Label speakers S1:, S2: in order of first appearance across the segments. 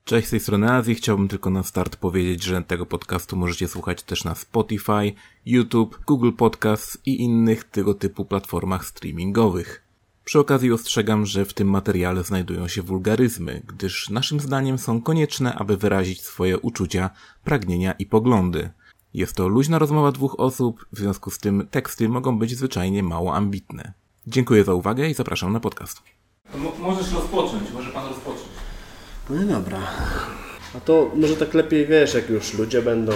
S1: Cześć, z tej strony Azji. Chciałbym tylko na start powiedzieć, że tego podcastu możecie słuchać też na Spotify, YouTube, Google Podcasts i innych tego typu platformach streamingowych. Przy okazji ostrzegam, że w tym materiale znajdują się wulgaryzmy, gdyż naszym zdaniem są konieczne, aby wyrazić swoje uczucia, pragnienia i poglądy. Jest to luźna rozmowa dwóch osób, w związku z tym teksty mogą być zwyczajnie mało ambitne. Dziękuję za uwagę i zapraszam na podcast.
S2: Możesz rozpocząć, może pan rozpocząć.
S3: No i dobra. A to może tak lepiej, wiesz, jak już ludzie będą...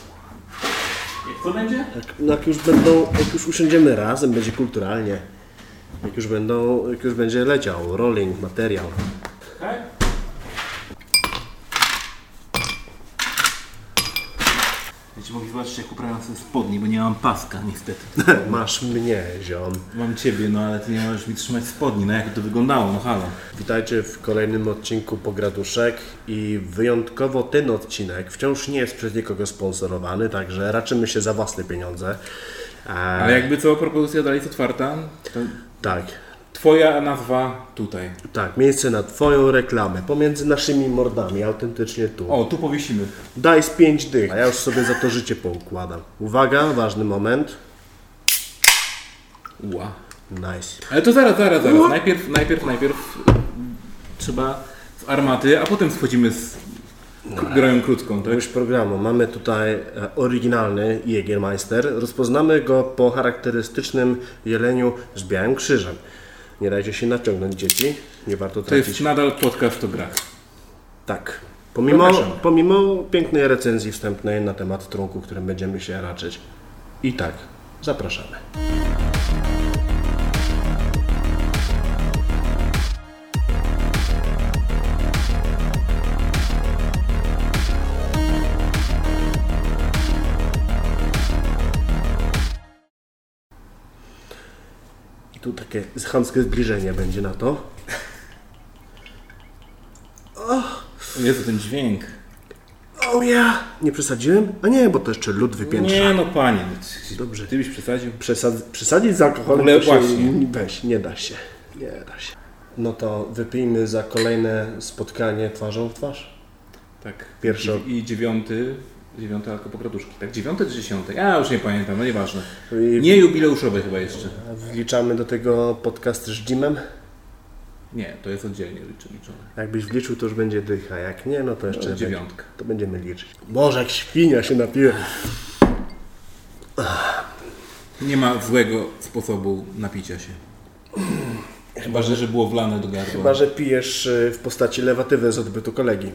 S2: Co będzie?
S3: Jak już usiądziemy razem, będzie kulturalnie. Jak już będzie leciał rolling, materiał.
S2: Tak? Będziecie mogli zobaczyć, jak uprawiam sobie spodnie, bo nie mam paska niestety.
S3: Masz mnie, ziom.
S2: Mam ciebie, no ale ty nie możesz mi trzymać spodni, no jak to wyglądało, no halo.
S3: Witajcie w kolejnym odcinku Pograduszek i wyjątkowo ten odcinek wciąż nie jest przez nikogo sponsorowany, także raczymy się za własne pieniądze.
S2: Ale jakby co, propozycja dalej jest otwarta. To...
S3: Tak.
S2: Twoja nazwa tutaj.
S3: Tak, miejsce na twoją reklamę, pomiędzy naszymi mordami, autentycznie tu.
S2: O, tu powiesimy.
S3: Daj z 5 dych, a ja już sobie za to życie poukładam. Uwaga, ważny moment.
S2: Ła.
S3: Nice.
S2: Ale to zaraz. Najpierw trzeba z armaty, a potem schodzimy z broją krótką, tak?
S3: Już programu. Mamy tutaj oryginalny Jägermeister. Rozpoznamy go po charakterystycznym jeleniu z białym krzyżem. Nie dajcie się naciągnąć, dzieci. Nie warto tracić.
S2: To jest nadal podcast o grach.
S3: Tak. Pomimo pięknej recenzji wstępnej na temat trunku, którym będziemy się raczyć. I tak, zapraszamy. I tu takie chamskie zbliżenie będzie na to.
S2: Jezu, ten dźwięk.
S3: O ja! Nie przesadziłem? A nie, bo to jeszcze lód wypiętrza.
S2: Nie no panie,
S3: Dobrze.
S2: ty byś przesadził.
S3: Przesadzić z alkoholem
S2: Ale
S3: to się
S2: właśnie.
S3: weź, nie da się. No to wypijmy za kolejne spotkanie twarzą w twarz.
S2: Tak.
S3: Pierwsze.
S2: I dziewiąty alkopograduszki. Tak, 9 czy 10? Ja już nie pamiętam, no nieważne.
S3: I
S2: Nie jubileuszowe chyba jeszcze.
S3: wliczamy do tego podcast z Jimem.
S2: Nie, to jest oddzielnie liczone.
S3: Jakbyś wliczył, to już będzie dycha. Jak nie, no to jeszcze...
S2: 9.
S3: To będziemy liczyć. Boże, jak świnia się napiłem.
S2: Nie ma złego sposobu napicia się. Chyba, że było wlane do gardła.
S3: Chyba, że pijesz w postaci lewatywy z odbytu kolegi.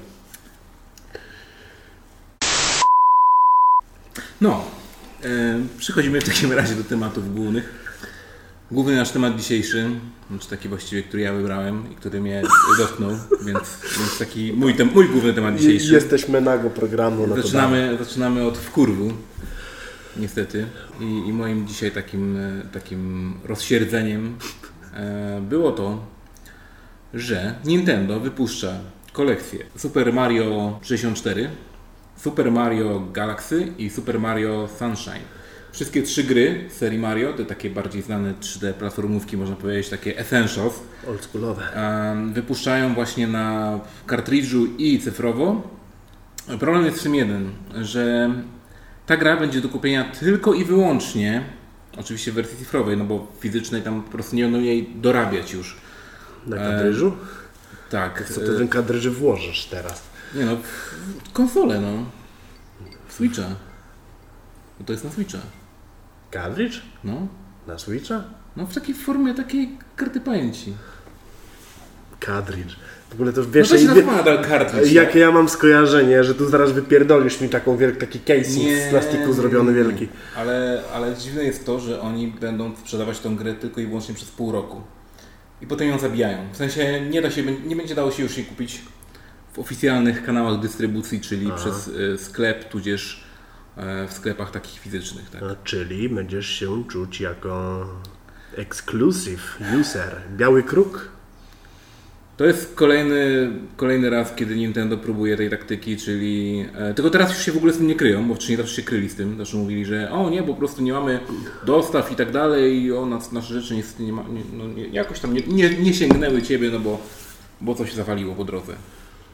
S2: No, przechodzimy w takim razie do tematów głównych. Główny nasz temat dzisiejszy, znaczy taki właściwie, który ja wybrałem i który mnie dotknął, więc taki mój główny temat dzisiejszy.
S3: Jesteśmy nago programu. No
S2: Zaczynamy od wkurwu, niestety. I moim dzisiaj takim rozsierdzeniem było to, że Nintendo wypuszcza kolekcję Super Mario 64, Super Mario Galaxy i Super Mario Sunshine. Wszystkie 3 gry z serii Mario, te takie bardziej znane 3D platformówki, można powiedzieć, takie essentials,
S3: oldschoolowe,
S2: wypuszczają właśnie na kartridżu i cyfrowo. Problem jest w tym jeden, że ta gra będzie do kupienia tylko i wyłącznie, oczywiście w wersji cyfrowej, no bo fizycznej tam po prostu nie będą jej dorabiać już.
S3: Na kadryżu?
S2: Tak.
S3: Co ty w ten kadryży włożysz teraz?
S2: Nie no, konsolę no. Switcha. No to jest na Switcha.
S3: Kadrydż?
S2: No.
S3: Na Switcha?
S2: No w takiej formie takiej karty pamięci.
S3: Kadrydż. W ogóle to wiesz,
S2: no to się nazywa nadal kartridż.
S3: Jakie ja mam skojarzenie, że tu zaraz wypierdolisz mi taki casing z plastiku zrobiony wielki.
S2: Ale dziwne jest to, że oni będą sprzedawać tą grę tylko i wyłącznie przez pół roku. I potem ją zabijają. W sensie nie będzie dało się już jej kupić w oficjalnych kanałach dystrybucji, czyli przez sklep, tudzież w sklepach takich fizycznych. Tak?
S3: Czyli będziesz się czuć jako exclusive user. Biały kruk?
S2: To jest kolejny raz, kiedy Nintendo próbuje tej taktyki, czyli... Tylko teraz już się w ogóle z tym nie kryją, bo wcześniej zawsze się kryli z tym. Zawsze mówili, że po prostu nie mamy dostaw i tak dalej, i nasze rzeczy niestety nie ma, jakoś tam nie sięgnęły Ciebie, no bo coś zawaliło po drodze.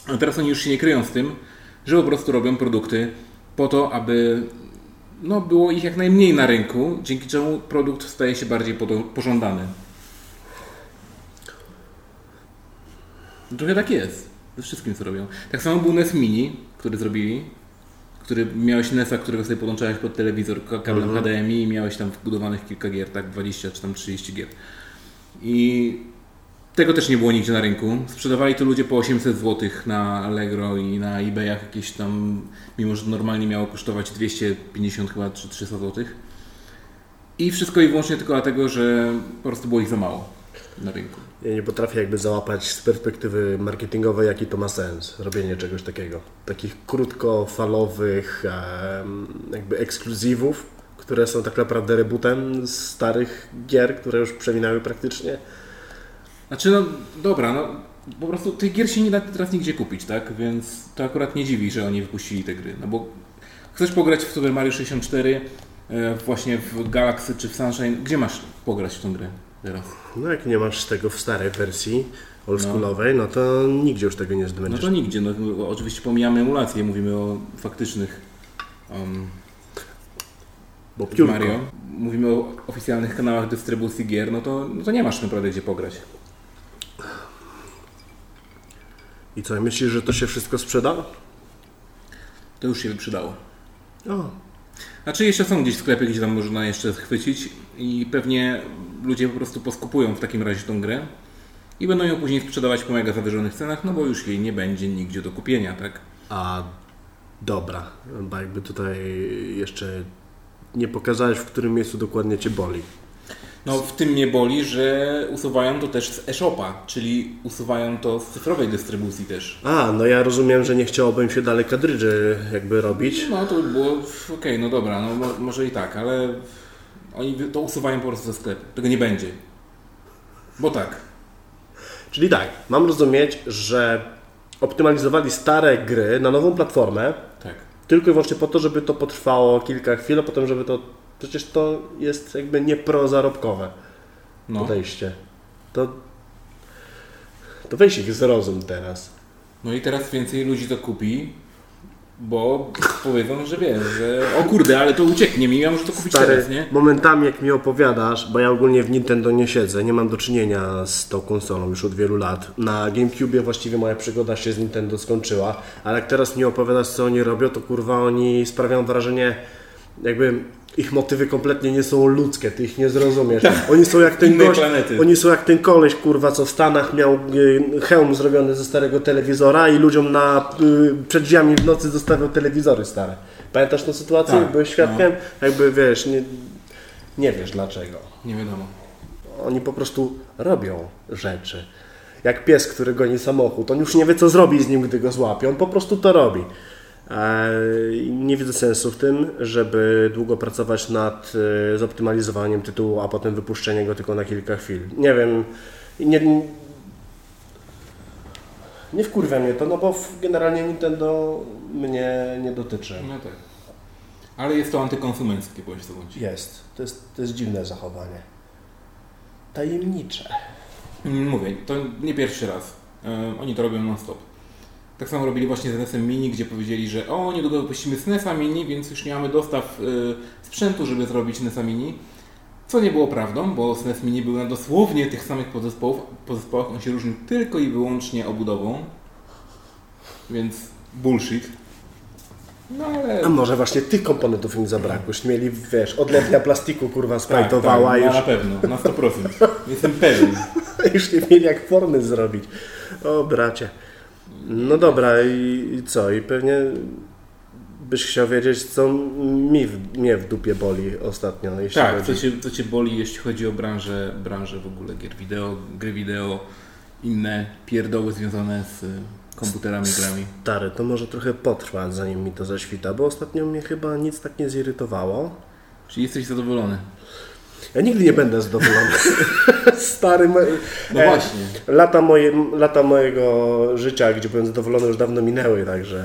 S2: A teraz oni już się nie kryją z tym, że po prostu robią produkty po to, aby było ich jak najmniej na rynku, dzięki czemu produkt staje się bardziej pożądany. Trochę tak jest ze wszystkim, co robią. Tak samo był NES Mini, który zrobili, który miałeś NES-a, którego sobie podłączałeś pod telewizor kablem HDMI i miałeś tam wbudowanych kilka gier, tak 20 czy tam 30 gier. I tego też nie było nigdzie na rynku. Sprzedawali to ludzie po 800 zł na Allegro i na eBayach jakieś tam, mimo że normalnie miało kosztować 250 chyba czy 300 zł. I wszystko i wyłącznie tylko dlatego, że po prostu było ich za mało na rynku.
S3: Ja nie potrafię jakby załapać z perspektywy marketingowej, jaki to ma sens, robienie czegoś takiego. Takich krótkofalowych jakby ekskluzywów, które są tak naprawdę rebootem starych gier, które już przeminęły praktycznie.
S2: Znaczy dobra, po prostu tych gier się nie da teraz nigdzie kupić, tak? Więc to akurat nie dziwi, że oni wypuścili te gry. No bo chcesz pograć w Super Mario 64, właśnie w Galaxy czy w Sunshine, gdzie masz pograć w tą grę teraz?
S3: No jak nie masz tego w starej wersji oldschoolowej, no to nigdzie już tego nie zdobędziesz.
S2: No to nigdzie, oczywiście pomijamy emulację, mówimy o faktycznych Mario. Mówimy o oficjalnych kanałach dystrybucji gier, no to nie masz naprawdę gdzie pograć.
S3: I co, myślisz, że to się wszystko sprzeda?
S2: To już się wyprzedało.
S3: O.
S2: Znaczy jeszcze są gdzieś sklepy, gdzie tam można jeszcze schwycić i pewnie ludzie po prostu poskupują w takim razie tą grę i będą ją później sprzedawać po mega zawyżonych cenach, no bo już jej nie będzie nigdzie do kupienia, tak?
S3: A dobra, bo jakby tutaj jeszcze nie pokazałeś, w którym miejscu dokładnie Cię boli.
S2: No w tym mnie boli, że usuwają to też z e-shopa, czyli usuwają to z cyfrowej dystrybucji też.
S3: A, no ja rozumiem, że nie chciałbym się dalej kadrydży jakby robić.
S2: No to by było, okej, no dobra, no może i tak, ale oni to usuwają po prostu ze sklepu. Tego nie będzie. Bo tak.
S3: Czyli tak, mam rozumieć, że optymalizowali stare gry na nową platformę.
S2: Tak.
S3: Tylko i wyłącznie po to, żeby to potrwało kilka chwil, a potem żeby to... Przecież to jest jakby nieprozarobkowe podejście. To weź ich zrozum teraz.
S2: No i teraz więcej ludzi to kupi, bo powiedzą, że wiesz, że o kurde, ale to ucieknie mi, ja muszę to kupić teraz, nie?
S3: Momentami jak mi opowiadasz, bo ja ogólnie w Nintendo nie siedzę, nie mam do czynienia z tą konsolą już od wielu lat. Na GameCube właściwie moja przygoda się z Nintendo skończyła, ale jak teraz mi opowiadasz, co oni robią, to kurwa oni sprawiają wrażenie, jakby ich motywy kompletnie nie są ludzkie, ty ich nie zrozumiesz. Oni są jak ten gość, oni są jak ten koleś, kurwa, co w Stanach miał hełm zrobiony ze starego telewizora i ludziom przed drzwiami w nocy zostawiał telewizory stare. Pamiętasz tę sytuację?
S2: Tak,
S3: byłeś świadkiem? Jakby wiesz, nie wiesz dlaczego.
S2: Nie wiadomo.
S3: Oni po prostu robią rzeczy. Jak pies, który goni samochód, on już nie wie, co zrobi z nim, gdy go złapie. On po prostu to robi. Nie widzę sensu w tym, żeby długo pracować nad zoptymalizowaniem tytułu, a potem wypuszczenie go tylko na kilka chwil. Nie wiem, nie wkurwia mnie to, no bo generalnie Nintendo mnie nie dotyczy.
S2: No tak. Ale jest to antykonsumenckie, bądź co bądź.
S3: Jest. To jest dziwne zachowanie. Tajemnicze.
S2: Mówię, to nie pierwszy raz. Oni to robią non-stop. Tak samo robili właśnie z NES-em Mini, gdzie powiedzieli, że niedługo wypuścimy SNES-a Mini, więc już nie mamy dostaw sprzętu, żeby zrobić NES-a Mini. Co nie było prawdą, bo SNES Mini był na dosłownie tych samych podzespołach. On się różnił tylko i wyłącznie obudową. Więc bullshit. No ale...
S3: A może właśnie tych komponentów im zabrakło. Już mieli, wiesz, odlewnia plastiku, kurwa, sprajtowała
S2: tak,
S3: już.
S2: Na pewno, na 100%. Jestem pewien.
S3: Już nie mieli jak formy zrobić. O, bracie. No dobra, i co? I pewnie byś chciał wiedzieć, co mnie w dupie boli ostatnio.
S2: Tak, co Cię boli, jeśli chodzi o branżę w ogóle gier wideo, gry wideo, inne pierdoły związane z komputerami, grami.
S3: Stary, to może trochę potrwa, zanim mi to zaświta, bo ostatnio mnie chyba nic tak nie zirytowało.
S2: Czyli jesteś zadowolony?
S3: Ja nigdy nie będę zadowolony. Stary,
S2: no właśnie.
S3: Lata mojego życia, gdzie byłem zadowolony, już dawno minęły, także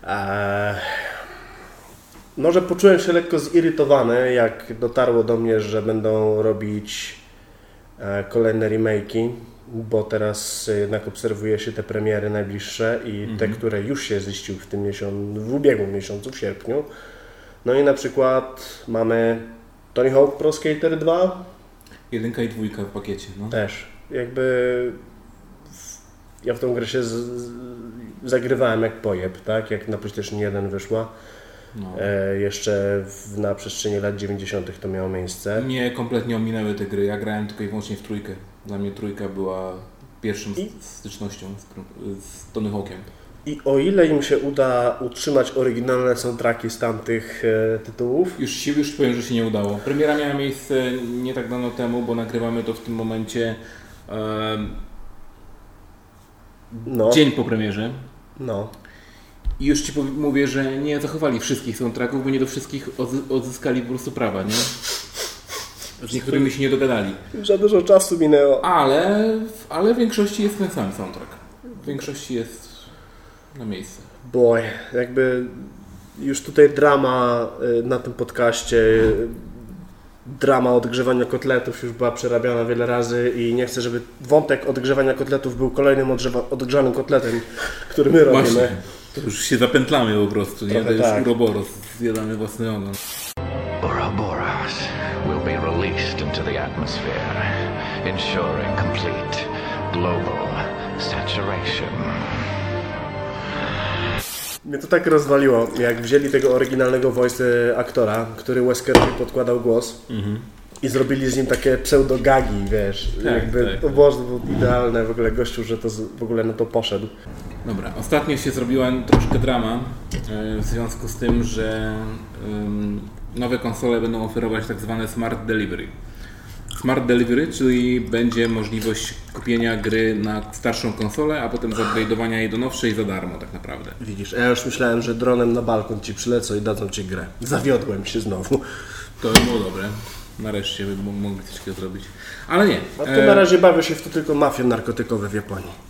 S3: może poczułem się lekko zirytowany, jak dotarło do mnie, że będą robić kolejne remake'i bo teraz jednak obserwuje się te premiery najbliższe i te, które już się ziściły w tym miesiącu, w ubiegłym miesiącu, w sierpniu. No i na przykład mamy Tony Hawk Pro Skater 2.
S2: 1 i 2 w pakiecie. No.
S3: Też. Jakby ja w tą grę się zagrywałem jak pojeb, tak? Jak na PlayStation 1 wyszła. No. Jeszcze na przestrzeni lat 90. to miało miejsce.
S2: Mnie kompletnie ominęły te gry. Ja grałem tylko i wyłącznie w 3. Dla mnie 3 była pierwszą stycznością z Tony Hawkiem.
S3: I o ile im się uda utrzymać oryginalne soundtracki z tamtych tytułów...
S2: Już powiem, że się nie udało. Premiera miała miejsce nie tak dawno temu, bo nagrywamy to w tym momencie dzień po premierze.
S3: No.
S2: I już Ci mówię, że nie zachowali wszystkich soundtracków, bo nie do wszystkich odzyskali po prostu prawa, nie? Z niektórymi się nie dogadali.
S3: Za dużo czasu minęło.
S2: Ale w większości jest ten sam soundtrack. W większości jest na miejsce.
S3: Boy, jakby już tutaj drama na tym podcaście, drama odgrzewania kotletów już była przerabiana wiele razy i nie chcę, żeby wątek odgrzewania kotletów był kolejnym odgrzanym kotletem, który my robimy.
S2: Właśnie. To już się zapętlamy po prostu, nie? To już
S3: tak.
S2: Uroboros, zjadamy własny ogon.
S4: Ouroboros will be released into the atmosphere, ensuring complete global saturation.
S3: Mnie to tak rozwaliło, jak wzięli tego oryginalnego voice aktora, który Weskerowi podkładał głos i zrobili z nim takie pseudo-gagi, wiesz.
S2: Tak,
S3: jakby,
S2: tak.
S3: To było idealne w ogóle gościu, że to w ogóle na to poszedł.
S2: Dobra, ostatnio się zrobiła troszkę drama w związku z tym, że nowe konsole będą oferować tak zwane Smart Delivery. Smart Delivery, czyli będzie możliwość kupienia gry na starszą konsolę, a potem zupgrade'owania jej do nowszej za darmo tak naprawdę.
S3: Widzisz, ja już myślałem, że dronem na balkon ci przylecą i dadzą ci grę. Zawiodłem się znowu.
S2: To by było dobre. Nareszcie by mogli coś takiego zrobić. Ale nie.
S3: A to na razie bawię się w to tylko mafie narkotykowe w Japonii.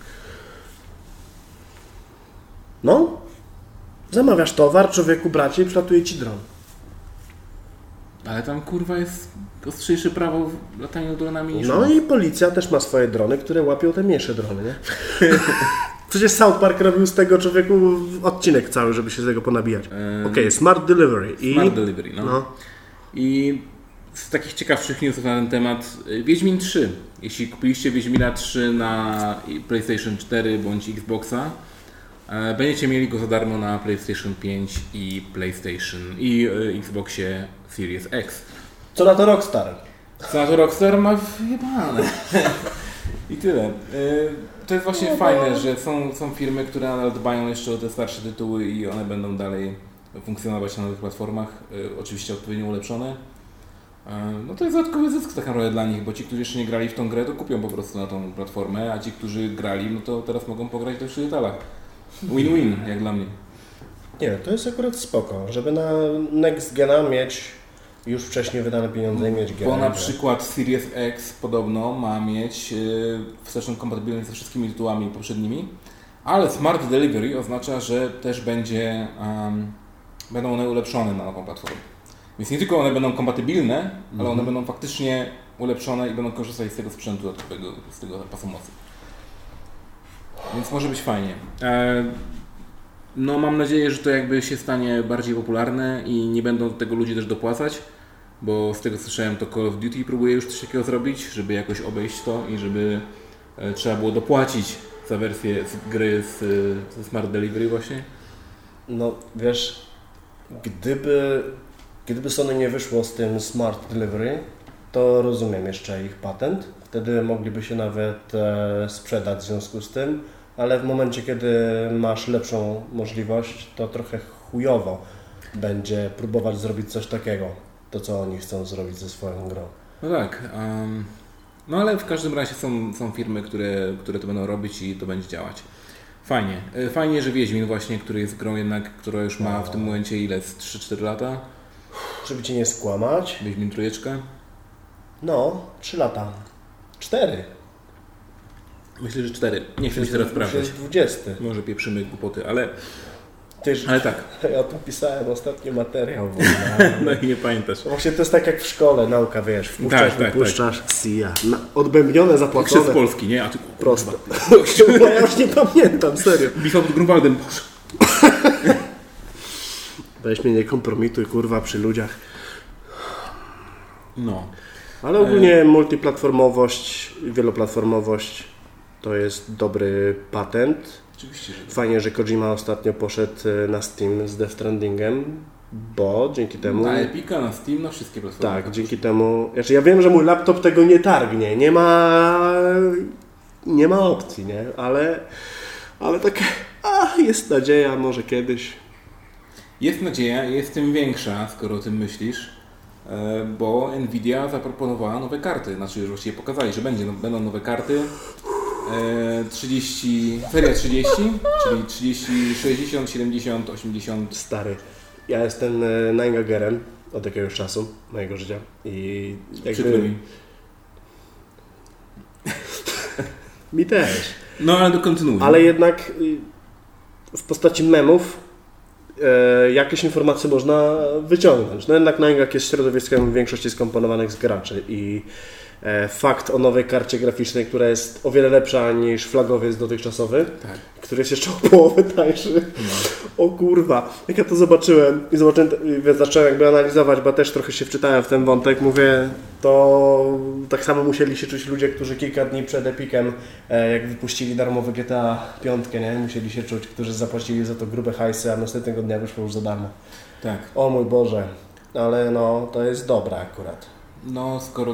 S3: No, zamawiasz towar, człowieku bracie i przylatuje ci dron.
S2: Ale tam kurwa jest ostrzejsze prawo w lataniu dronami niż
S3: No i policja też ma swoje drony, które łapią te mniejsze drony, nie? Przecież South Park robił z tego, człowieku, odcinek cały, żeby się z tego ponabijać. Okej, Smart Delivery.
S2: Smart Delivery, no. I z takich ciekawszych newsów na ten temat Wiedźmin 3. Jeśli kupiliście Wiedźmina 3 na PlayStation 4 bądź Xboxa, będziecie mieli go za darmo na PlayStation 5 i Xboxie Series X.
S3: Co na to Rockstar?
S2: Co na to Rockstar ma wyjebane. I tyle. To jest właśnie fajne, że są firmy, które nadal dbają jeszcze o te starsze tytuły i one będą dalej funkcjonować na nowych platformach, oczywiście odpowiednio ulepszone. No to jest dodatkowy zysk tak naprawdę dla nich, bo ci, którzy jeszcze nie grali w tą grę, to kupią po prostu na tą platformę, a ci, którzy grali, no to teraz mogą pograć we wszystkich detalach. Win-win, jak dla mnie.
S3: Nie, to jest akurat spoko, żeby na Next Gena mieć już wcześniej wydane pieniądze i mieć grę.
S2: Bo na przykład Series X podobno ma mieć wsteczną kompatybilność ze wszystkimi tytułami poprzednimi, ale Smart Delivery oznacza, że też będą one ulepszone na nową platformę. Więc nie tylko one będą kompatybilne, ale one będą faktycznie ulepszone i będą korzystać z tego sprzętu dodatkowego, z tego pasu mocy. Więc może być fajnie. No mam nadzieję, że to jakby się stanie bardziej popularne i nie będą do tego ludzie też dopłacać, bo z tego słyszałem, to Call of Duty próbuje już coś takiego zrobić, żeby jakoś obejść to i żeby trzeba było dopłacić za wersję gry ze Smart Delivery właśnie.
S3: No wiesz, gdyby Sony nie wyszło z tym Smart Delivery, to rozumiem jeszcze ich patent. Wtedy mogliby się nawet sprzedać w związku z tym, ale w momencie, kiedy masz lepszą możliwość, to trochę chujowo będzie próbować zrobić coś takiego, to co oni chcą zrobić ze swoją grą.
S2: No tak, no ale w każdym razie są firmy, które to będą robić i to będzie działać. Fajnie. Fajnie, że Wiedźmin właśnie, który jest grą jednak, która już ma w tym momencie ile? 3-4 lata?
S3: Żeby Cię nie skłamać.
S2: Wiedźmin trójeczka?
S3: No, 3 lata. 4.
S2: Myślę, że 4. Nie chcę się teraz sprawdzać.
S3: To jest 20.
S2: Może pieprzymy głupoty, ale Ale tak.
S3: Ja o tym pisałem ostatnio materiał w ogóle.
S2: No i nie pamiętasz.
S3: Właśnie to jest tak jak w szkole, nauka, wiesz, wpuszczasz,
S2: Tak,
S3: wypuszczasz, SIA. Odbębnione, zapłacone.
S2: Przez Polski, nie? A ty
S3: Prosto. No ja już nie pamiętam, serio.
S2: Bitwa pod Grunwaldem, Boże.
S3: Weź mnie nie kompromituj, kurwa, przy ludziach.
S2: No.
S3: Ale ogólnie multiplatformowość, wieloplatformowość to jest dobry patent.
S2: Oczywiście, że
S3: Fajnie, że Kojima ostatnio poszedł na Steam z Death Strandingiem, bo dzięki temu...
S2: na Epica, na Steam, na wszystkie platformy.
S3: Tak, dzięki temu... Znaczy ja wiem, że mój laptop tego nie targnie, nie ma opcji, nie? Ale tak jest nadzieja, może kiedyś.
S2: Jest nadzieja, jest tym większa, skoro o tym myślisz, bo Nvidia zaproponowała nowe karty. Znaczy już właściwie pokazali, że będą nowe karty. Seria 30, czyli 30, 60, 70, 80.
S3: Stary, ja jestem Ninegagerem od jakiegoś czasu mojego życia i
S2: Przykro mi.
S3: Mi też.
S2: No ale kontynuuj.
S3: Ale jednak w postaci memów jakieś informacje można wyciągnąć. No jednak Nine jest środowiskiem w większości skomponowanych z graczy i fakt o nowej karcie graficznej, która jest o wiele lepsza niż flagowiec dotychczasowy,
S2: tak.
S3: który jest jeszcze o połowę tańszy. No. O kurwa, jak ja to zobaczyłem i zacząłem jakby analizować, bo też trochę się wczytałem w ten wątek, mówię, to tak samo musieli się czuć ludzie, którzy kilka dni przed Epicem, jak wypuścili darmowy GTA 5, nie? Musieli się czuć, którzy zapłacili za to grube hajsy, a następnego dnia wyszło już za darmo.
S2: Tak.
S3: O mój Boże, ale no to jest dobre akurat.
S2: No, skoro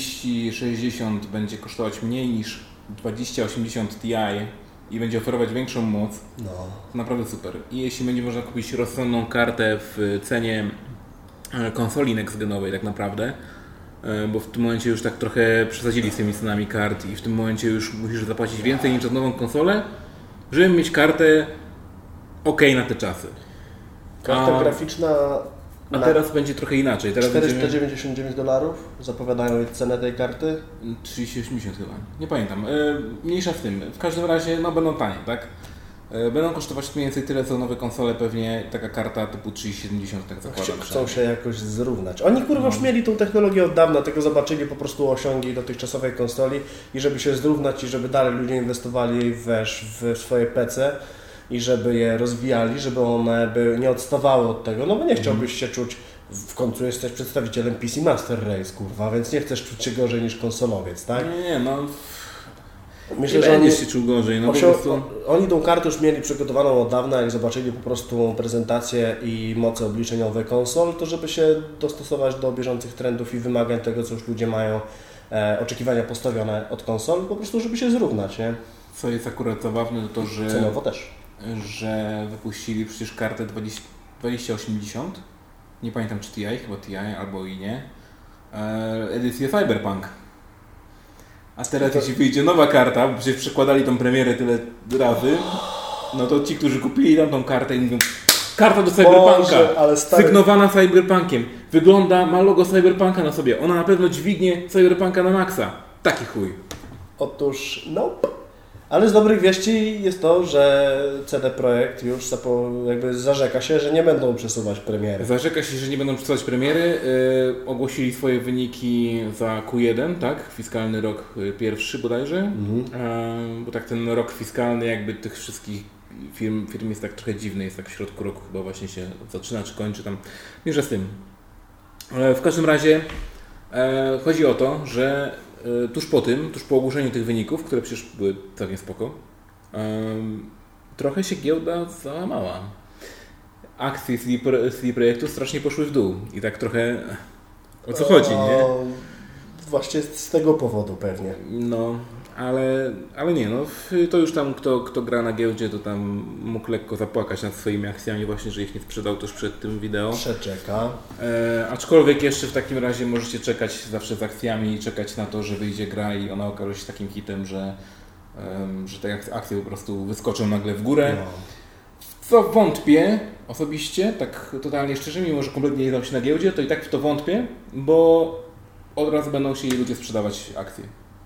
S2: 3060 będzie kosztować mniej niż 2080 Ti i będzie oferować większą moc,
S3: no.
S2: To naprawdę super. I jeśli będzie można kupić rozsądną kartę w cenie konsoli next-genowej tak naprawdę, bo w tym momencie już tak trochę przesadzili z tymi cenami kart i w tym momencie już musisz zapłacić więcej niż za nową konsolę, żeby mieć kartę na te czasy.
S3: Karta graficzna...
S2: A teraz będzie trochę inaczej. Teraz
S3: $499 zapowiadają cenę tej karty?
S2: 3080 chyba. Nie pamiętam. Mniejsza z tym. W każdym razie będą tanie, tak? Będą kosztować mniej więcej tyle co nowe konsole, pewnie taka karta typu 3070, tak zakładam.
S3: Chcą się jakoś zrównać. Oni kurwa już mieli tą technologię od dawna, tylko zobaczyli po prostu osiągi dotychczasowej konsoli i żeby się zrównać i żeby dalej ludzie inwestowali w swoje PC i żeby je rozwijali, żeby one nie odstawały od tego, no bo nie chciałbyś się czuć, w końcu jesteś przedstawicielem PC Master Race, kurwa, więc nie chcesz czuć się gorzej niż konsolowiec, tak?
S2: Nie, no...
S3: Myślę, że
S2: oni się czuł gorzej, no po prostu...
S3: Oni tą kartę już mieli przygotowaną od dawna, jak zobaczyli po prostu prezentację i moce obliczeniowe konsol, to żeby się dostosować do bieżących trendów i wymagań tego, co już ludzie mają, oczekiwania postawione od konsol, po prostu żeby się zrównać, nie?
S2: Co jest akurat zabawne, to że...
S3: Cenowo też.
S2: Że wypuścili przecież kartę 2080, nie pamiętam czy TI, chyba TI albo i nie, edycję Cyberpunk. A teraz jeśli wyjdzie nowa karta, bo przecież przekładali tą premierę tyle razy, no to ci, którzy kupili tam tą kartę i mówią, karta do Cyberpunka,
S3: Boże, ale stary...
S2: sygnowana Cyberpunkiem, wygląda, ma logo Cyberpunka na sobie, ona na pewno dźwignie Cyberpunka na maksa. Taki chuj.
S3: Otóż, ale z dobrych wieści jest to, że CD Projekt już jakby zarzeka się, że nie będą przesuwać premiery.
S2: Zarzeka się, że nie będą przesuwać premiery. Ogłosili swoje wyniki za Q1, tak? Fiskalny rok pierwszy bodajże. Bo tak ten rok fiskalny jakby tych wszystkich firm jest tak trochę dziwny, jest tak w środku roku chyba właśnie się zaczyna czy kończy tam. Mniejsza z tym. W każdym razie chodzi o to, że tuż po ogłoszeniu tych wyników, które przecież były całkiem spoko, trochę się giełda załamała. Akcje CD Projektu strasznie poszły w dół i tak trochę o co chodzi, nie?
S3: Właśnie z tego powodu pewnie.
S2: No, ale nie, no to już tam kto gra na giełdzie, to tam mógł lekko zapłakać nad swoimi akcjami właśnie, że ich nie sprzedał tuż przed tym wideo.
S3: Przeczeka.
S2: Aczkolwiek jeszcze w takim razie możecie czekać zawsze z akcjami i czekać na to, że wyjdzie gra i ona okaże się takim hitem, że te akcje po prostu wyskoczą nagle w górę.
S3: No.
S2: Co wątpię osobiście, tak totalnie szczerze, mimo że kompletnie nie znam się na giełdzie, to i tak w to wątpię, bo od razu będą chcieli ludzie sprzedawać akcje.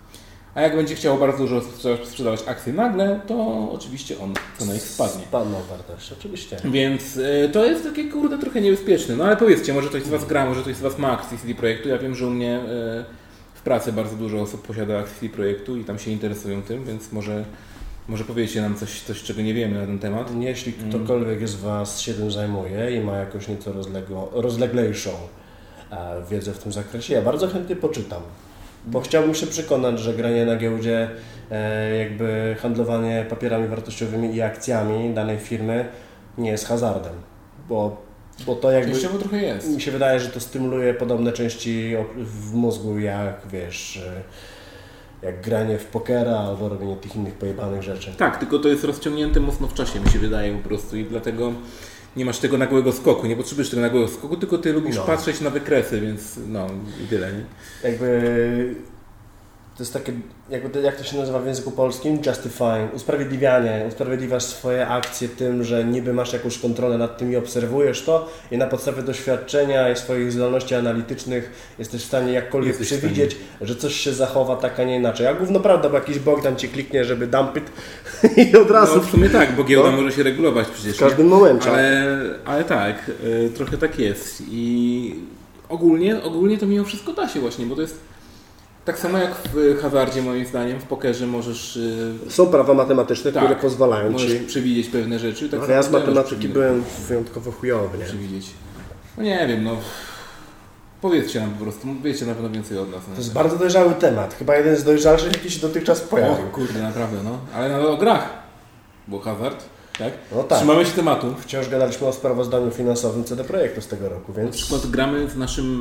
S2: A jak będzie chciał bardzo dużo sprzedawać akcji nagle, to oczywiście cena ich spadnie.
S3: Spadną wartość, oczywiście.
S2: Więc to jest takie kurde trochę niebezpieczne. No ale powiedzcie, może ktoś z Was gra, może ktoś z Was ma akcje CD Projektu. Ja wiem, że u mnie w pracy bardzo dużo osób posiada akcje CD Projektu i tam się interesują tym, więc może powiecie nam coś, czego nie wiemy na ten temat.
S3: Jeśli ktokolwiek z Was się tym zajmuje i ma jakąś nieco rozleglejszą wiedzę w tym zakresie, ja bardzo chętnie poczytam. Bo chciałbym się przekonać, że granie na giełdzie, jakby handlowanie papierami wartościowymi i akcjami danej firmy nie jest hazardem. Bo to jakby...
S2: Częściowo trochę jest.
S3: Mi się wydaje, że to stymuluje podobne części w mózgu jak, wiesz, jak granie w pokera albo robienie tych innych pojebanych rzeczy.
S2: Tak, tylko to jest rozciągnięte mocno w czasie, mi się wydaje po prostu i dlatego nie masz tego nagłego skoku, nie potrzebujesz tego nagłego skoku, tylko ty lubisz patrzeć na wykresy, więc i tyle, nie?
S3: Jakby to jest takie, jak to się nazywa w języku polskim? Justifying, usprawiedliwiasz swoje akcje tym, że niby masz jakąś kontrolę nad tym i obserwujesz to i na podstawie doświadczenia i swoich zdolności analitycznych jesteś w stanie jakkolwiek przewidzieć, że coś się zachowa tak, a nie inaczej. A gówno prawda, bo jakiś bog tam Ci kliknie, żeby dump it i od razu...
S2: No w sumie tak, bo giełda może się regulować przecież.
S3: W każdym momencie.
S2: Ale tak, trochę tak jest i ogólnie to mimo wszystko da się właśnie, bo to jest tak samo jak w hazardzie moim zdaniem, w pokerze możesz...
S3: Są prawa matematyczne, które pozwalają
S2: możesz
S3: Ci...
S2: przewidzieć pewne rzeczy. Tak
S3: ale ja z matematyki byłem wyjątkowo chujowy, nie?
S2: Przewidzieć. No nie wiem, powiedzcie nam po prostu, wiecie na pewno więcej od nas.
S3: To jest bardzo dojrzały temat, chyba jeden z dojrzalszych, jaki się dotychczas pojawił.
S2: O kurde, naprawdę, ale o grach, bo hazard, tak?
S3: No tak.
S2: Trzymamy się tematu.
S3: Wciąż gadaliśmy o sprawozdaniu finansowym CD Projektu z tego roku, więc...
S2: Na przykład gramy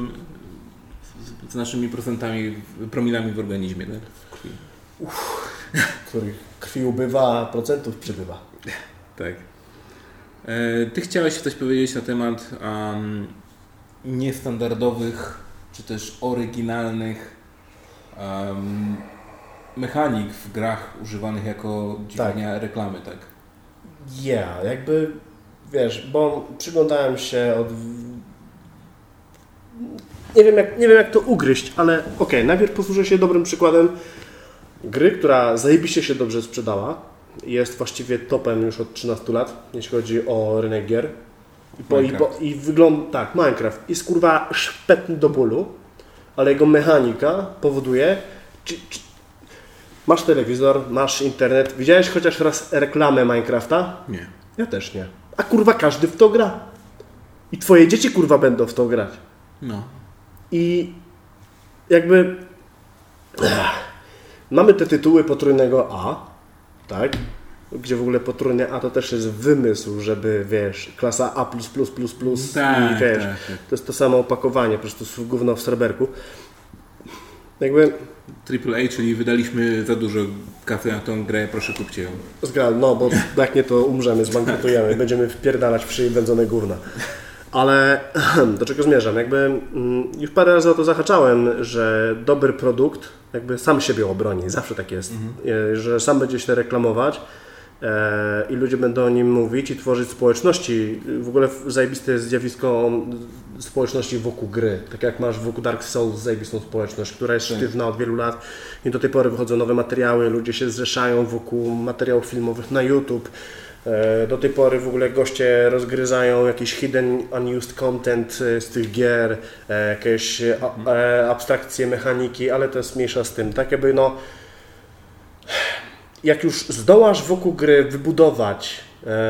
S2: z naszymi procentami, promilami w organizmie, tak? W krwi.
S3: Których krwi ubywa, a procentów przybywa.
S2: Tak. Ty chciałeś coś powiedzieć na temat niestandardowych, czy też oryginalnych mechanik w grach używanych jako dźwignia reklamy, tak?
S3: Jakby, wiesz, bo przyglądałem się nie wiem jak to ugryźć, ale okej, najpierw posłużę się dobrym przykładem gry, która zajebiście się dobrze sprzedała. Jest właściwie topem już od 13 lat, jeśli chodzi o rynek gier. I wygląda tak, Minecraft jest kurwa szpetny do bólu, ale jego mechanika powoduje... Masz telewizor, masz internet. Widziałeś chociaż raz reklamę Minecrafta?
S2: Nie.
S3: Ja też nie. A kurwa każdy w to gra. I twoje dzieci kurwa będą w to grać.
S2: No.
S3: I jakby mamy te tytuły potrójnego A, tak? Gdzie w ogóle potrójne A to też jest wymysł, żeby, wiesz, klasa A++++,
S2: tak,
S3: i wiesz,
S2: tak.
S3: to jest to samo opakowanie, po prostu gówno w serwerku. Jakby...
S2: AAA, czyli wydaliśmy za dużo kasy na tą grę, proszę kupcie ją.
S3: Bo jak nie to umrzemy, zbankrutujemy, będziemy wpierdalać w szyi wędzone gówna. Ale do czego zmierzam? Jakby już parę razy o to zahaczałem, że dobry produkt jakby sam siebie obroni. Zawsze tak jest. Że sam będzie się reklamować i ludzie będą o nim mówić i tworzyć społeczności. W ogóle zajebiste jest zjawisko społeczności wokół gry. Tak jak masz wokół Dark Souls zajebistą społeczność, która jest sztywna od wielu lat i do tej pory wychodzą nowe materiały, ludzie się zrzeszają wokół materiałów filmowych na YouTube. Do tej pory w ogóle goście rozgryzają jakiś hidden, unused content z tych gier, jakieś abstrakcje, mechaniki, ale to jest mniejsza z tym. Tak jakby jak już zdołasz wokół gry wybudować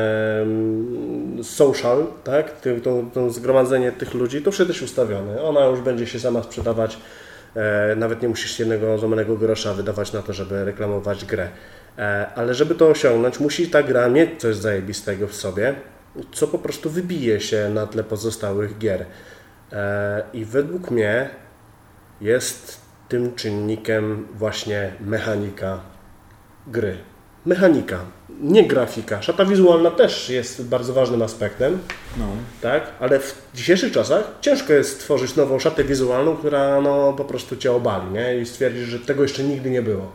S3: social, tak, to zgromadzenie tych ludzi, to wszystko jest ustawione. Ona już będzie się sama sprzedawać, nawet nie musisz jednego złamanego grosza wydawać na to, żeby reklamować grę. Ale żeby to osiągnąć, musi ta gra mieć coś zajebistego w sobie, co po prostu wybije się na tle pozostałych gier. I według mnie jest tym czynnikiem właśnie mechanika gry. Mechanika, nie grafika. Szata wizualna też jest bardzo ważnym aspektem, tak? Ale w dzisiejszych czasach ciężko jest stworzyć nową szatę wizualną, która po prostu Cię obali, nie? I stwierdzisz, że tego jeszcze nigdy nie było.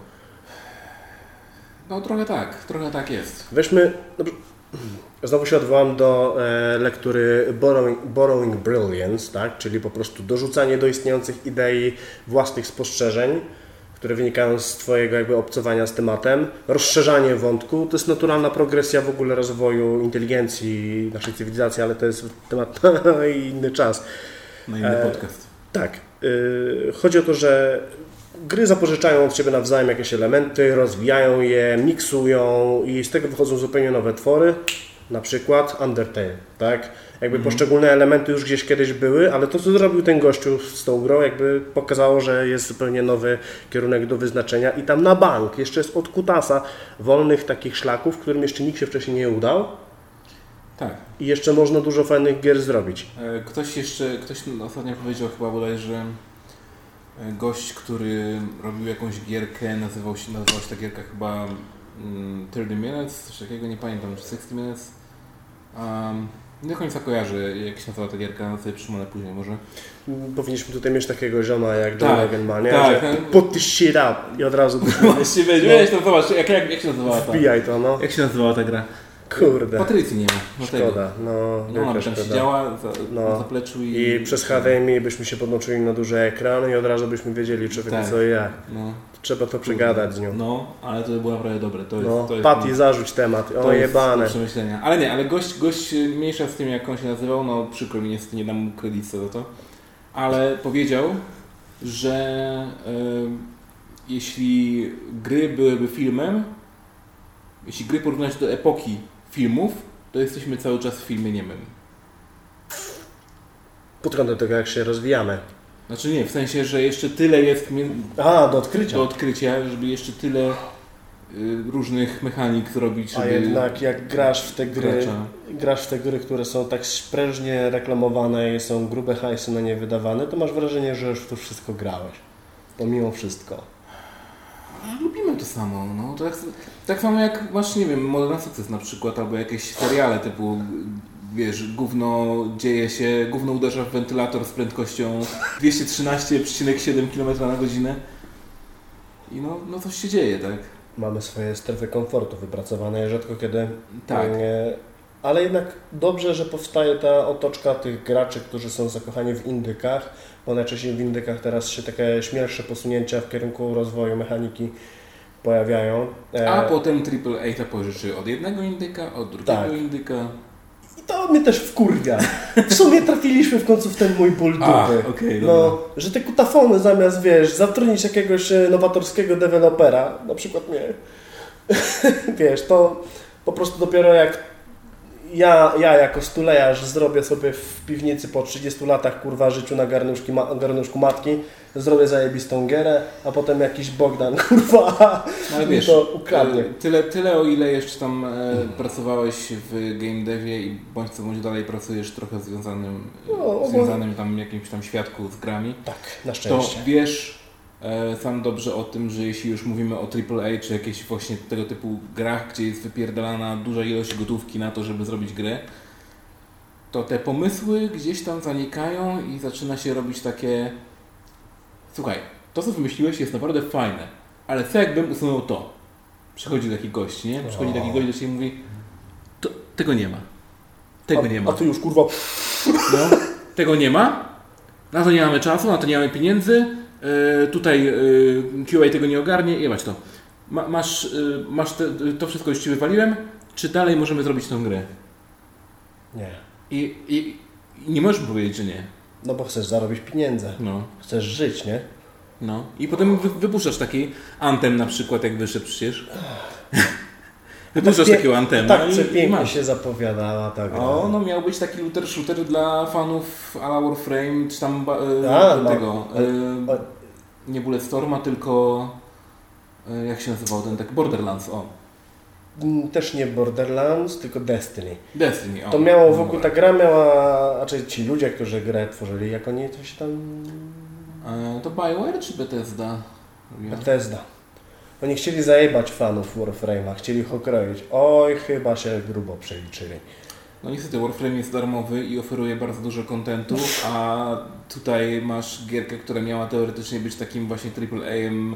S2: No trochę tak jest.
S3: Weźmy, znowu się odwołam do lektury Borrowing Brilliance, tak? Czyli po prostu dorzucanie do istniejących idei własnych spostrzeżeń, które wynikają z twojego jakby obcowania z tematem, rozszerzanie wątku, to jest naturalna progresja w ogóle rozwoju inteligencji naszej cywilizacji, ale to jest temat na inny czas.
S2: Na inny podcast.
S3: Tak. Chodzi o to, że gry zapożyczają od siebie nawzajem jakieś elementy, rozwijają je, miksują i z tego wychodzą zupełnie nowe twory. Na przykład Undertale, tak? Jakby poszczególne elementy już gdzieś kiedyś były, ale to, co zrobił ten gościu z tą grą, jakby pokazało, że jest zupełnie nowy kierunek do wyznaczenia i tam na bank jeszcze jest od kutasa wolnych takich szlaków, którym jeszcze nikt się wcześniej nie udał.
S2: Tak.
S3: I jeszcze można dużo fajnych gier zrobić.
S2: Ktoś ostatnio powiedział chyba bodajże gość, który robił jakąś gierkę, nazywała się ta gierka chyba 30 Minutes, coś takiego, nie pamiętam, czy 60 Minutes. Nie do końca kojarzę, jak się nazywa ta gierka, sobie przypomnę później może.
S3: Powinniśmy tutaj mieć takiego zioma jak John Legenman, nie?
S2: Tak,
S3: że put this shit up i od razu
S2: właśnie weź to zobacz, jak się nazywała ta?
S3: wbijaj to, no.
S2: Jak się nazywała ta gra?
S3: Kurde.
S2: Patrycji nie ma.
S3: Szkoda,
S2: ona tam siedziała na zapleczu
S3: i przez HDMI byśmy się podłączyli na duży ekran i od razu byśmy wiedzieli co i jak.
S2: No.
S3: Trzeba to przegadać z nią.
S2: No, ale to było naprawdę dobre. To jest
S3: Patty, zarzuć temat, jebane.
S2: Przemyślenia. Ale gość mniejsza z tym, jak on się nazywał, no przykro mi, niestety nie dam mu kredytu za to, ale powiedział, że jeśli gry byłyby filmem, jeśli gry porównać do epoki filmów, to jesteśmy cały czas w filmie niemym.
S3: Pod kątem tego, jak się rozwijamy.
S2: Znaczy nie, w sensie, że jeszcze tyle jest
S3: do odkrycia.
S2: Do odkrycia, żeby jeszcze tyle różnych mechanik zrobić, żeby...
S3: A jednak jak grasz w te gry, które są tak sprężnie reklamowane i są grube hajsy na nie wydawane, to masz wrażenie, że już w to wszystko grałeś. Pomimo wszystko.
S2: Lubimy to samo, no. Tak samo jak masz, nie wiem, Modern Success na przykład, albo jakieś seriale typu, wiesz, gówno uderza w wentylator z prędkością 213,7 km/h i no coś się dzieje, tak?
S3: Mamy swoje strefy komfortu wypracowane, rzadko kiedy...
S2: Tak.
S3: Ale jednak dobrze, że powstaje ta otoczka tych graczy, którzy są zakochani w indykach, bo najczęściej w indykach teraz się takie śmielsze posunięcia w kierunku rozwoju mechaniki pojawiają.
S2: A potem AAA to pożyczy od jednego indyka, od drugiego indyka.
S3: I to mnie też wkurwia. W sumie trafiliśmy w końcu w ten mój ból dupy.
S2: Okay,
S3: że te kutafony zamiast, wiesz, zatrudnić jakiegoś nowatorskiego dewelopera, na przykład mnie, wiesz, to po prostu dopiero jak ja jako stulejarz zrobię sobie w piwnicy po 30 latach, kurwa, życiu na garnuszku matki, zrobię zajebistą gierę, a potem jakiś Bogdan, kurwa,
S2: ale wiesz,
S3: to ukradnie.
S2: Tyle o ile jeszcze tam pracowałeś w game devie i bądź dalej pracujesz trochę związanym tam jakimś tam świadku z grami.
S3: Tak, na szczęście.
S2: To wiesz sam dobrze o tym, że jeśli już mówimy o AAA czy jakichś właśnie tego typu grach, gdzie jest wypierdalana duża ilość gotówki na to, żeby zrobić grę, to te pomysły gdzieś tam zanikają i zaczyna się robić takie: słuchaj, to co wymyśliłeś jest naprawdę fajne, ale co jakbym usunął to? Przychodzi taki gość, nie? Przychodzi taki gość do ciebie i mówi: tego nie ma. Nie ma.
S3: A ty już, kurwa...
S2: No, tego nie ma, na to nie mamy czasu, na to nie mamy pieniędzy, tutaj QA tego nie ogarnie, jebać to. Masz to wszystko już ci wywaliłem, czy dalej możemy zrobić tę grę?
S3: Nie.
S2: I nie możesz powiedzieć, że nie.
S3: No bo chcesz zarobić pieniądze.
S2: No.
S3: Chcesz żyć, nie?
S2: No. I potem wypuszczasz taki Anthem na przykład, jak wyszedł przecież. Wypuszczasz takiego Anthema.
S3: Tak, przepięknie się zapowiadała ta gra.
S2: No miał być taki looter shooter dla fanów a la Warframe, czy tam tego... nie Bulletstorma, tylko... jak się nazywał ten taki? Borderlands,
S3: Też nie Borderlands, tylko Destiny.
S2: Destiny,
S3: to miało wokół, ta gra miała, znaczy ci ludzie, którzy grę tworzyli, jak oni to się tam...
S2: To BioWare czy Bethesda?
S3: Bethesda. Oni chcieli zajebać fanów Warframe'a, chcieli ich okroić. Oj, chyba się grubo przeliczyli.
S2: No niestety Warframe jest darmowy i oferuje bardzo dużo kontentu, a tutaj masz gierkę, która miała teoretycznie być takim właśnie AAA-em,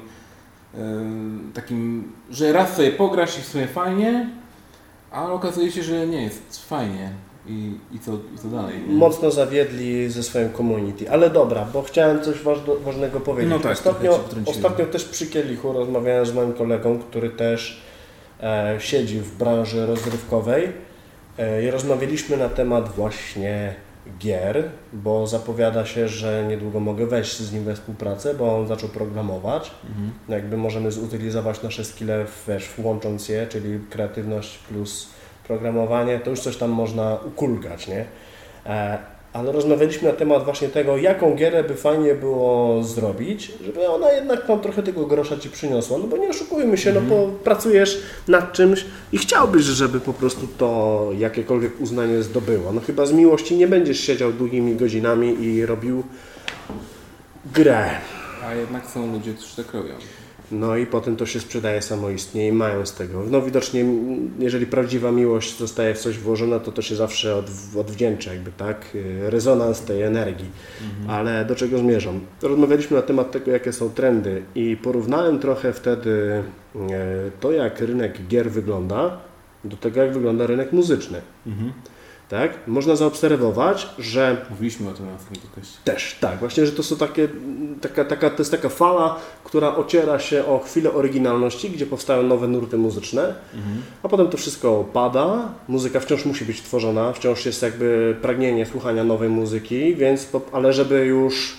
S2: takim, że raz sobie pograsz i w sumie fajnie, ale okazuje się, że nie jest fajnie. I co dalej? Nie?
S3: Mocno zawiedli ze swoim community. Ale dobra, bo chciałem coś ważnego powiedzieć.
S2: No tak,
S3: ostatnio też przy kielichu rozmawiałem z moim kolegą, który też siedzi w branży rozrywkowej i rozmawialiśmy na temat właśnie gier, bo zapowiada się, że niedługo mogę wejść z nim we współpracę, bo on zaczął programować. Jakby możemy zutylizować nasze skille, włącząc je, czyli kreatywność plus programowanie, to już coś tam można ukulgać, nie? Ale rozmawialiśmy na temat właśnie tego, jaką gierę by fajnie było zrobić, żeby ona jednak tam trochę tego grosza Ci przyniosła, no bo nie oszukujmy się, no bo pracujesz nad czymś i chciałbyś, żeby po prostu to jakiekolwiek uznanie zdobyło. No chyba z miłości nie będziesz siedział długimi godzinami i robił grę.
S2: A jednak są ludzie, którzy tak robią.
S3: No i potem to się sprzedaje samoistnie i mają z tego. No widocznie, jeżeli prawdziwa miłość zostaje w coś włożona, to się zawsze odwdzięcza jakby, tak? Rezonans tej energii. Ale do czego zmierzam? Rozmawialiśmy na temat tego, jakie są trendy i porównałem trochę wtedy to, jak rynek gier wygląda, do tego, jak wygląda rynek muzyczny. Tak? Można zaobserwować, że...
S2: Mówiliśmy o tym na swoim podcaście.
S3: Też, tak. Właśnie, że to są to jest taka fala, która ociera się o chwilę oryginalności, gdzie powstają nowe nurty muzyczne, a potem to wszystko pada. Muzyka wciąż musi być tworzona, wciąż jest jakby pragnienie słuchania nowej muzyki, więc, ale żeby już...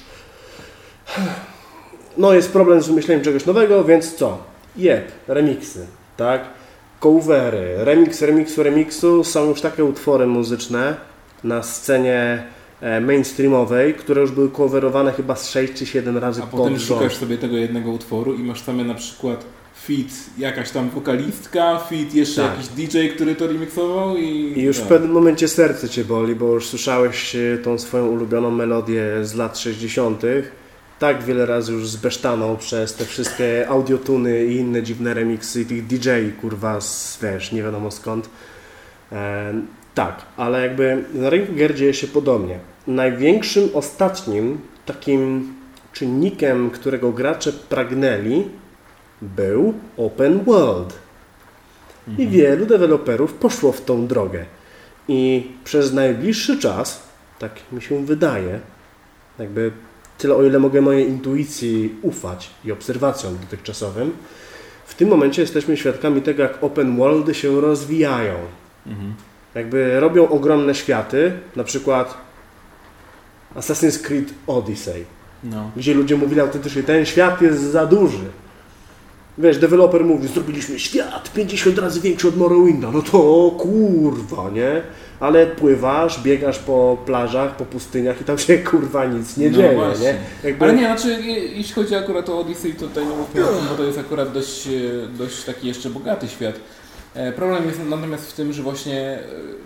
S3: No jest problem z wymyśleniem czegoś nowego, więc co? Remiksy, tak? Covery, remiksu są już takie utwory muzyczne na scenie mainstreamowej, które już były coverowane chyba z 6 czy 7 razy pod rząd.
S2: A potem szukasz sobie tego jednego utworu i masz tam na przykład feat jakaś tam wokalistka, feat jeszcze jakiś DJ, który to remiksował
S3: i już w pewnym momencie serce Cię boli, bo już słyszałeś tą swoją ulubioną melodię z lat 60. tak wiele razy już zbesztaną przez te wszystkie audiotuny i inne dziwne remiksy tych DJ, kurwa, nie wiadomo skąd. Tak, ale jakby na rynku gier dzieje się podobnie. Największym, ostatnim takim czynnikiem, którego gracze pragnęli, był open world. I wielu deweloperów poszło w tą drogę. I przez najbliższy czas, tak mi się wydaje, jakby tyle o ile mogę mojej intuicji ufać i obserwacjom dotychczasowym, w tym momencie jesteśmy świadkami tego, jak open worldy się rozwijają. Jakby robią ogromne światy, na przykład Assassin's Creed Odyssey, gdzie ludzie mówili autentycznie, ten świat jest za duży. Wiesz, deweloper mówi, zrobiliśmy świat 50 razy większy od Morrowinda, no to kurwa, nie? Ale pływasz, biegasz po plażach, po pustyniach i tam się kurwa nic nie dzieje,
S2: właśnie.
S3: Nie? Jakby...
S2: Ale nie, znaczy jeśli chodzi akurat o Odyssey, to tutaj nie mówmy o tym, bo to jest akurat dość taki jeszcze bogaty świat. Problem jest natomiast w tym, że właśnie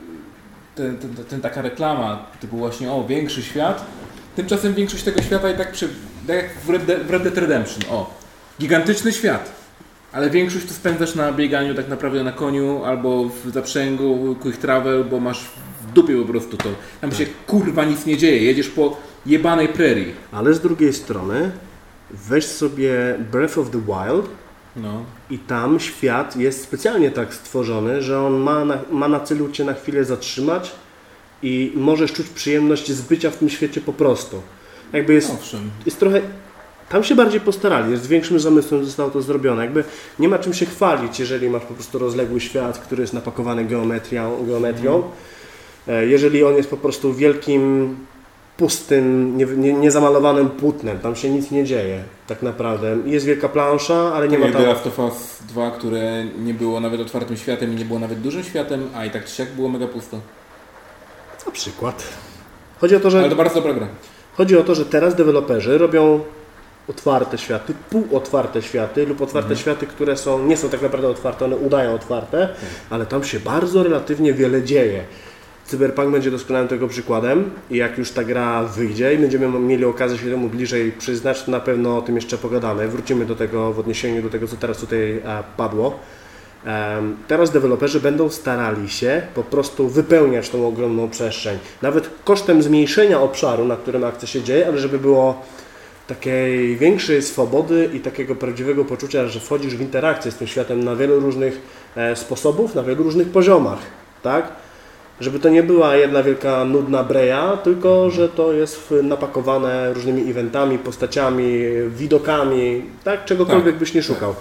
S2: taka reklama typu właśnie większy świat, tymczasem większość tego świata i tak jak w Red Dead Redemption, gigantyczny świat, ale większość to spędzasz na bieganiu tak naprawdę na koniu albo w zaprzęgu quick travel, bo masz w dupie po prostu to. Tam się kurwa nic nie dzieje, jedziesz po jebanej prerii.
S3: Ale z drugiej strony weź sobie Breath of the Wild i tam świat jest specjalnie tak stworzony, że on ma na celu Cię na chwilę zatrzymać i możesz czuć przyjemność z bycia w tym świecie po prostu. Jakby jest trochę... Tam się bardziej postarali, z większym zamysłem zostało to zrobione. Jakby nie ma czym się chwalić, jeżeli masz po prostu rozległy świat, który jest napakowany geometrią. Jeżeli on jest po prostu wielkim, pustym, niezamalowanym płótnem, tam się nic nie dzieje tak naprawdę. Jest wielka plansza, ale nie ma tam...
S2: The Last of Us 2, które nie było nawet otwartym światem i nie było nawet dużym światem, a i tak czy siak było mega pusto.
S3: Na przykład. Chodzi o to, że...
S2: Ale to bardzo dobra gra.
S3: Chodzi o to, że teraz deweloperzy robią otwarte światy, półotwarte światy lub otwarte światy, które nie są tak naprawdę otwarte, one udają otwarte, ale tam się bardzo relatywnie wiele dzieje. Cyberpunk będzie doskonałym tego przykładem i jak już ta gra wyjdzie i będziemy mieli okazję się temu bliżej przyznać, to na pewno o tym jeszcze pogadamy. Wrócimy do tego w odniesieniu do tego, co teraz tutaj padło. Teraz deweloperzy będą starali się po prostu wypełniać tą ogromną przestrzeń. Nawet kosztem zmniejszenia obszaru, na którym akcja się dzieje, ale żeby było takiej większej swobody i takiego prawdziwego poczucia, że wchodzisz w interakcję z tym światem na wielu różnych sposobów, na wielu różnych poziomach, tak? Żeby to nie była jedna wielka nudna breja, tylko że to jest napakowane różnymi eventami, postaciami, widokami, tak? Czegokolwiek byś nie szukał.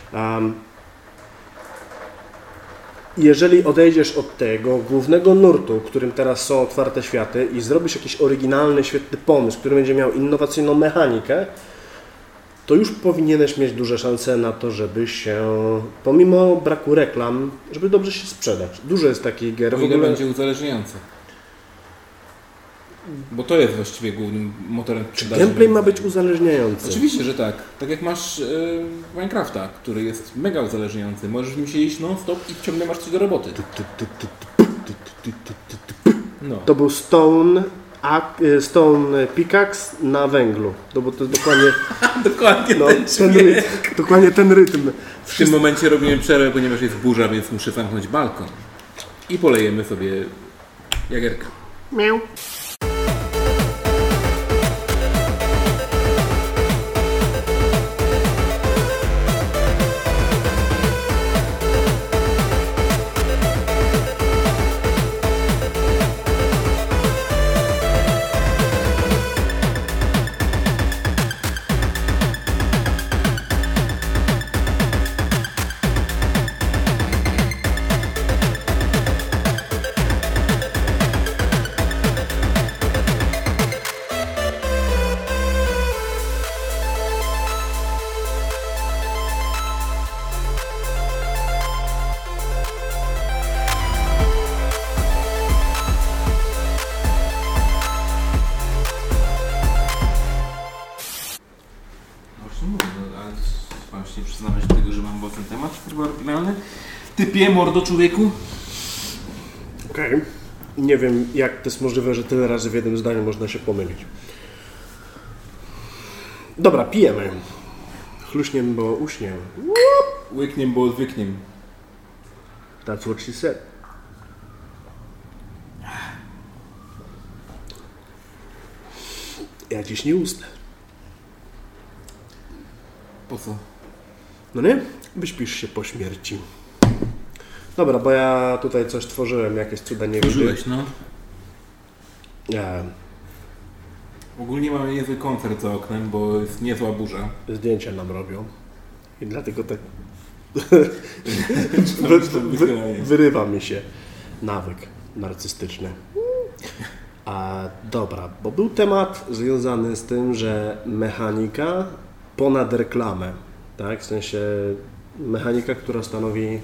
S3: Jeżeli odejdziesz od tego głównego nurtu, którym teraz są otwarte światy i zrobisz jakiś oryginalny, świetny pomysł, który będzie miał innowacyjną mechanikę, to już powinieneś mieć duże szanse na to, żeby się, pomimo braku reklam, żeby dobrze się sprzedać. Dużo jest takich gier.
S2: O ile będzie uzależniające. Bo to jest właściwie głównym motorem sprzedaży.
S3: Gameplay ma być uzależniający.
S2: Oczywiście, że tak. Tak jak masz Minecrafta, który jest mega uzależniający. Możesz w nim siedzieć non-stop i ciągle masz coś do roboty. No.
S3: To był Stone Pickaxe na węglu. No bo to jest dokładnie...
S2: Dokładnie
S3: No,
S2: ten dźwięk.
S3: dokładnie ten rytm.
S2: W tym momencie robimy przerwę, ponieważ jest burza, więc muszę zamknąć balkon. I polejemy sobie jagerkę.
S3: Miau.
S2: Właśnie przyznawać do tego, że mam własny temat oryginalny. Typie, mordo człowieku.
S3: Okej. Nie wiem, jak to jest możliwe, że tyle razy w jednym zdaniu można się pomylić. Dobra, pijemy. Chluśniem, bo uśniem.
S2: Łykniem, bo odwykniem.
S3: That's what she said. Ja dziś nie usnę.
S2: Po co?
S3: No nie? Wyśpisz się po śmierci. Dobra, bo ja tutaj coś tworzyłem, jakieś cuda nie
S2: Tworzyłeś, no. Ogólnie mamy niezły koncert za oknem, bo jest niezła burza.
S3: Zdjęcia nam robią. I dlatego tak wyrywa mi się nawyk narcystyczny. A dobra, bo był temat związany z tym, że mechanika ponad reklamę, tak? W sensie mechanika, która stanowi...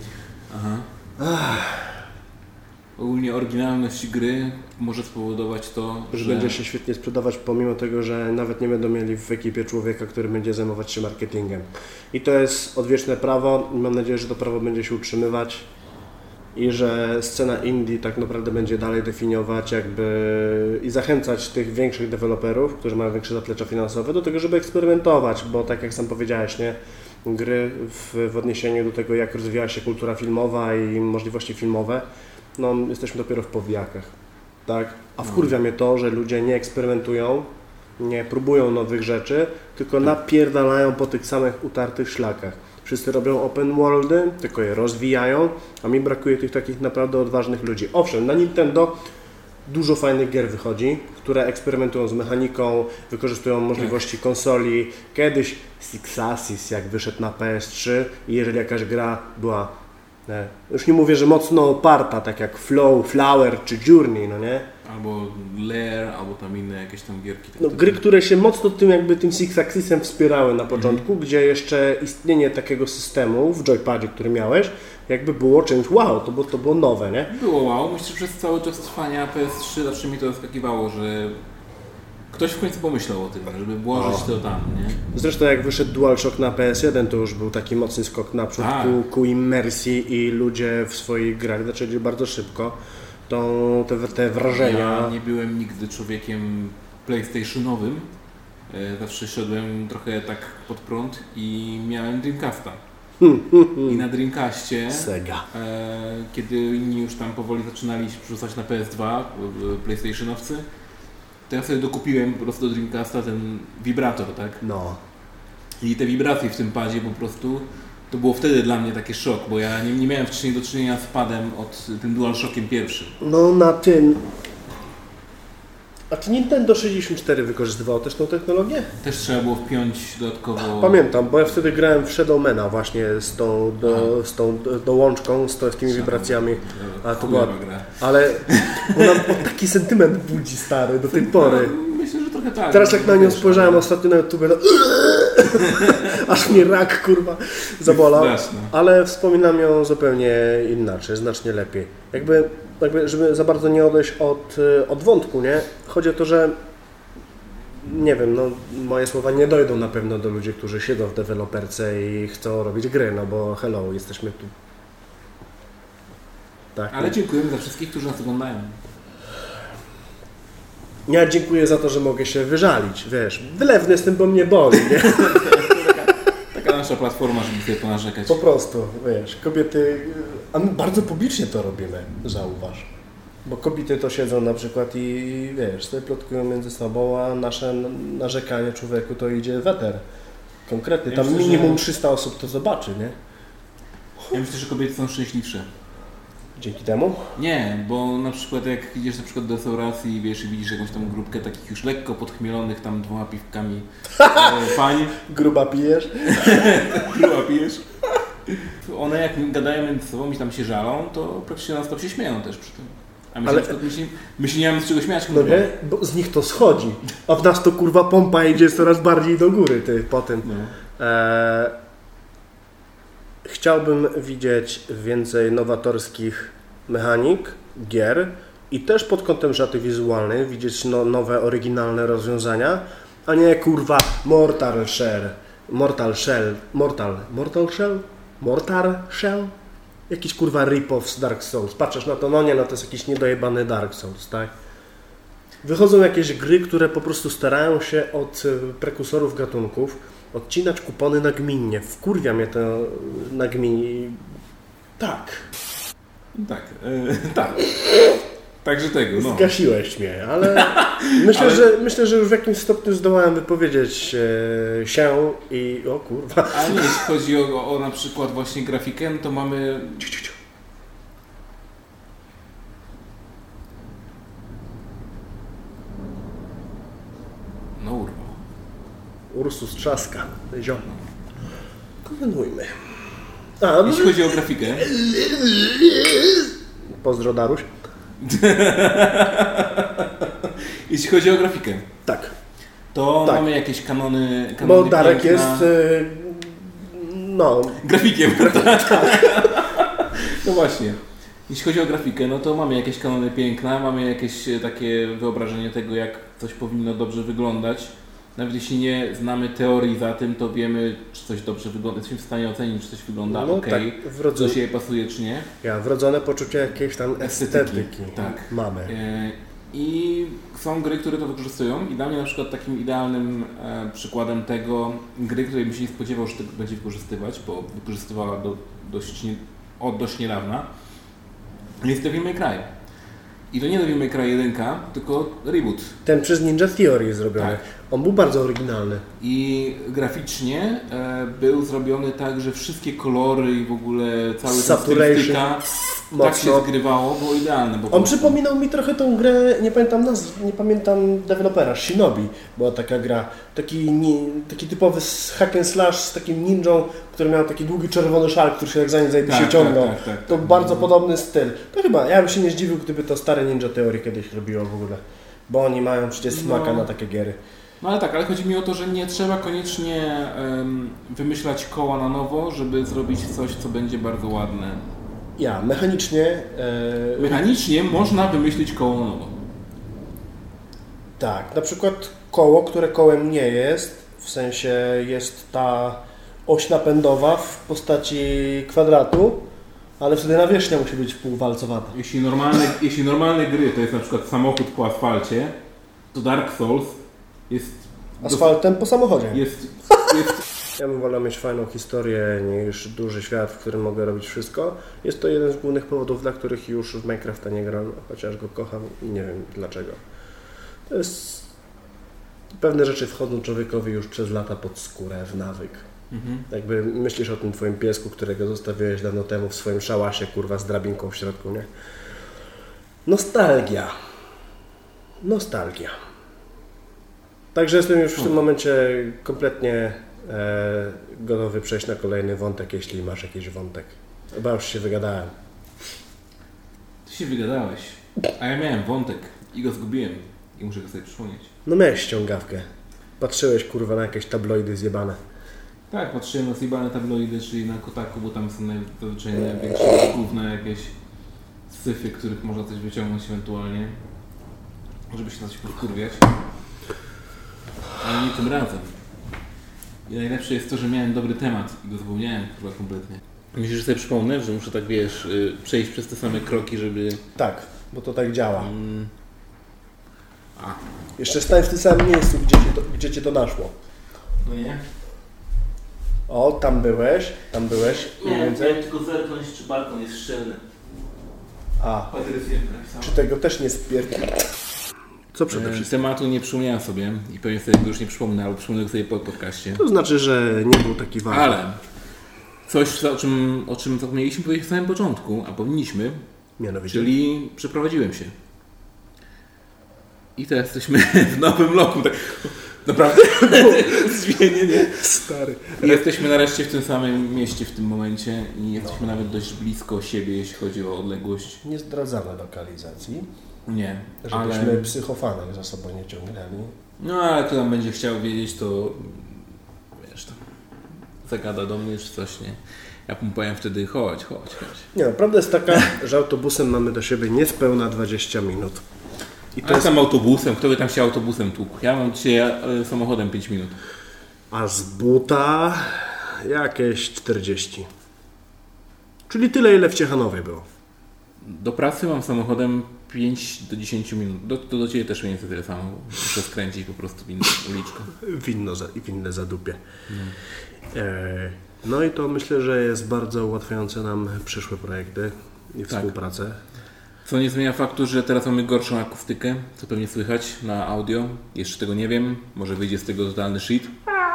S2: Ogólnie oryginalność gry może spowodować to,
S3: że będzie się świetnie sprzedawać, pomimo tego, że nawet nie będą mieli w ekipie człowieka, który będzie zajmować się marketingiem. I to jest odwieczne prawo i mam nadzieję, że to prawo będzie się utrzymywać i że scena indie tak naprawdę będzie dalej definiować jakby i zachęcać tych większych deweloperów, którzy mają większe zaplecza finansowe, do tego, żeby eksperymentować, bo tak jak sam powiedziałeś, nie? Gry w odniesieniu do tego, jak rozwijała się kultura filmowa i możliwości filmowe, no jesteśmy dopiero w powijakach, tak? A wkurwia mnie to, że ludzie nie eksperymentują, nie próbują nowych rzeczy, tylko napierdalają po tych samych utartych szlakach. Wszyscy robią open worldy, tylko je rozwijają, a mi brakuje tych takich naprawdę odważnych ludzi. Owszem, na Nintendo dużo fajnych gier wychodzi, które eksperymentują z mechaniką, wykorzystują możliwości konsoli. Kiedyś Sixasis, jak wyszedł na PS3 i jeżeli jakaś gra była, już nie mówię, że mocno oparta, tak jak Flower czy Journey, no nie?
S2: Albo Lair, albo tam inne jakieś tam gierki.
S3: No, gry, które się mocno tym Sixaxisem wspierały na początku, gdzie jeszcze istnienie takiego systemu w joypadzie, który miałeś, jakby było czymś wow, to było nowe, nie?
S2: Było wow. Myślę, że przez cały czas trwania PS3 zawsze mi to zaskakiwało, że ktoś w końcu pomyślał o tym, żeby włożyć to tam, nie?
S3: Zresztą jak wyszedł DualShock na PS1, to już był taki mocny skok naprzód ku imersji i ludzie w swoich grach zaczęli bardzo szybko te wrażenia.
S2: Ja nie byłem nigdy człowiekiem PlayStationowym. Zawsze szedłem trochę tak pod prąd i miałem Dreamcasta. I na Dreamcastie,
S3: Sega.
S2: kiedy inni już tam powoli zaczynali się przerzucać na PS2, PlayStationowcy, to ja sobie dokupiłem po prostu do Dreamcasta ten wibrator, tak?
S3: No.
S2: I te wibracje w tym padzie po prostu To było wtedy dla mnie taki szok, bo ja nie miałem wcześniej do czynienia z padem od tym DualShockiem pierwszym.
S3: No na tym... A czy Nintendo 64 wykorzystywało też tą technologię?
S2: Też trzeba było wpiąć dodatkowo...
S3: Pamiętam, bo ja wtedy grałem w Shadowmana właśnie z tą dołączką, z tymi wibracjami. A to była... Ale ona taki sentyment budzi, stary, do tej pory.
S2: Myślę, że trochę tak.
S3: Teraz jak na nią spojrzałem ostatnio na YouTube, to... aż mnie rak, kurwa, zabolał. Ale wspominam ją zupełnie inaczej, znacznie lepiej. Jakby żeby za bardzo nie odejść od wątku, nie? Chodzi o to, że nie wiem, no moje słowa nie dojdą na pewno do ludzi, którzy siedzą w deweloperce i chcą robić gry, no bo hello, jesteśmy tu. Tak.
S2: Ale dziękujemy za wszystkich, którzy nas oglądają.
S3: Ja dziękuję za to, że mogę się wyżalić, wiesz. Wylewny jestem, bo mnie boli, nie?
S2: Taka nasza platforma, żeby sobie ponarzekać.
S3: Po prostu, wiesz, kobiety, a my bardzo publicznie to robimy, zauważ. Bo kobiety to siedzą na przykład i wiesz, sobie plotkują między sobą, a nasze narzekanie człowieku to idzie weter. Konkretnie, tam myślę, minimum 300 osób to zobaczy, nie?
S2: Ja myślę, że kobiety są szczęśliwsze.
S3: Dzięki temu?
S2: Nie, bo na przykład jak idziesz na przykład do restauracji i wiesz, i widzisz jakąś tam grupkę takich już lekko podchmielonych tam 2 piwkami pań.
S3: Gruba pijesz?
S2: Gruba pijesz? One jak gadają między sobą i tam się żalą, to praktycznie na stop się śmieją też przy tym. A my, ale... my się nie mamy z czego śmiać, kurwa.
S3: No nie, bo z nich to schodzi. A w nas to kurwa pompa idzie coraz bardziej do góry po tym. No. Chciałbym widzieć więcej nowatorskich mechanik, gier i też pod kątem żarty wizualnej widzieć nowe, oryginalne rozwiązania, a nie kurwa Mortal Shell? Jakiś kurwa rip-off z Dark Souls. Patrzysz na to, no nie, no to jest jakiś niedojebany Dark Souls, tak? Wychodzą jakieś gry, które po prostu starają się od prekursorów gatunków odcinać kupony nagminnie. Wkurwia mnie to nagminnie. Tak.
S2: Tak. Tak. Także tego, no.
S3: Zgasiłeś mnie, ale myślę, że już w jakimś stopniu zdołałem wypowiedzieć się i o kurwa.
S2: Ale nie, jeśli chodzi o na przykład właśnie grafikę, to mamy... No urwa.
S3: Ursus trzaska. Ziom. Kontynuujmy.
S2: Jeśli chodzi o grafikę...
S3: Pozdro, Daruś.
S2: Jeśli chodzi o grafikę,
S3: tak.
S2: To tak. Mamy jakieś kanony
S3: bo Darek jest
S2: grafikiem. Tak. No właśnie. Jeśli chodzi o grafikę, no to mamy jakieś kanony piękna, mamy jakieś takie wyobrażenie tego, jak coś powinno dobrze wyglądać. Nawet jeśli nie znamy teorii za tym, to wiemy, czy coś dobrze wygląda. Jesteśmy w stanie ocenić, czy coś wygląda okej, tak, co się pasuje, czy nie.
S3: Wrodzone poczucie jakiejś tam estetyki
S2: tak.
S3: mamy.
S2: I są gry, które to wykorzystują i dla mnie na przykład takim idealnym przykładem tego gry, której bym się nie spodziewał, że tego będzie wykorzystywać, bo wykorzystywała od dość niedawna, jest Devil May Cry. I to nie Devil May Cry 1, tylko reboot.
S3: Ten przez Ninja Theory zrobiony. Tak. On był bardzo oryginalny.
S2: I graficznie był zrobiony tak, że wszystkie kolory i w ogóle cała stylistyka tak się zgrywało, było idealne.
S3: On przypominał mi trochę tą grę, nie pamiętam dewelopera, Shinobi była taka gra. Taki typowy hack and slash z takim ninją, który miał taki długi czerwony szal, który się jak za nim się ciągnął. Tak. To bardzo podobny styl. To chyba, ja bym się nie zdziwił, gdyby to stare Ninja Theory kiedyś robiło w ogóle. Bo oni mają przecież smaka na takie giery.
S2: No ale chodzi mi o to, że nie trzeba koniecznie wymyślać koła na nowo, żeby zrobić coś, co będzie bardzo ładne. Mechanicznie można wymyślić koło na nowo.
S3: Tak, na przykład koło, które kołem nie jest, w sensie jest ta oś napędowa w postaci kwadratu, ale wtedy nawierzchnia musi być półwalcowata.
S2: Jeśli normalne gry to jest na przykład samochód po asfalcie, to Dark Souls jest...
S3: Asfaltem po samochodzie. Ja bym wolał mieć fajną historię niż duży świat, w którym mogę robić wszystko. Jest to jeden z głównych powodów, dla których już w Minecrafta nie gram, chociaż go kocham i nie wiem dlaczego. To jest... Pewne rzeczy wchodzą człowiekowi już przez lata pod skórę, w nawyk. Jakby myślisz o tym twoim piesku, którego zostawiłeś dawno temu w swoim szałasie, kurwa, z drabinką w środku, nie? Nostalgia. Także jestem już w tym momencie kompletnie gotowy przejść na kolejny wątek, jeśli masz jakiś wątek. Chyba już się wygadałem.
S2: Ty się wygadałeś, a ja miałem wątek i go zgubiłem i muszę go sobie przypomnieć.
S3: No miałeś ściągawkę. Patrzyłeś, kurwa, na jakieś tabloidy zjebane.
S2: Tak, patrzyłem na zjebane tabloidy, czyli na Kotaku, bo tam są najzwyczajnie największe główne jakieś syfy, których można coś wyciągnąć ewentualnie, żeby się na coś podkurwiać. Ale nie tym razem. I najlepsze jest to, że miałem dobry temat i go zapomniałem chyba kompletnie. Myślisz, że sobie przypomnę, że muszę tak, wiesz, przejść przez te same kroki, żeby...
S3: Tak, bo to tak działa. Jeszcze stań w tym samym miejscu, gdzie cię to naszło.
S2: No nie?
S3: O, tam byłeś mniej więcej.
S2: Miałem tylko zerknąć, czy balkon jest szczelny.
S3: A, czy tego też nie spierdolę? Co przede wszystkim?
S2: Tematu nie przypomniałem sobie i pewnie sobie go już nie przypomnę, albo przypomnę go sobie po podcaście.
S3: To znaczy, że nie był taki ważny.
S2: Ale coś, o czym zapomnieliśmy powiedzieć w samym początku, a powinniśmy,
S3: Mianowicie.
S2: czyli przeprowadziłem się. I teraz jesteśmy w nowym roku. Tak. Naprawdę? Zmienienie, nie?
S3: Stary.
S2: Jesteśmy nareszcie w tym samym mieście w tym momencie i jesteśmy nawet dość blisko siebie, jeśli chodzi o odległość.
S3: Nie zdradzamy lokalizacji,
S2: Nie,
S3: żebyśmy psychofanek za sobą nie ciągnęli.
S2: No ale kto tam będzie chciał wiedzieć, to wiesz, to zagada do mnie czy coś, nie? Ja mu powiem wtedy chodź.
S3: Nie, prawda jest taka, że autobusem mamy do siebie niespełna 20 minut. I
S2: To jest tam autobusem, kto by tam się autobusem tłukł? Ja mam dzisiaj samochodem 5 minut.
S3: A z buta jakieś 40. Czyli tyle, ile w Ciechanowie było.
S2: Do pracy mam samochodem 5 do 10 minut. Do Ciebie też mniej więcej tyle samo. Muszę skręcić po prostu w inną uliczkę.
S3: W inne zadupie. No i to myślę, że jest bardzo ułatwiające nam przyszłe projekty i współpracę.
S2: Co nie zmienia faktu, że teraz mamy gorszą akustykę, co pewnie słychać na audio. Jeszcze tego nie wiem. Może wyjdzie z tego totalny shit.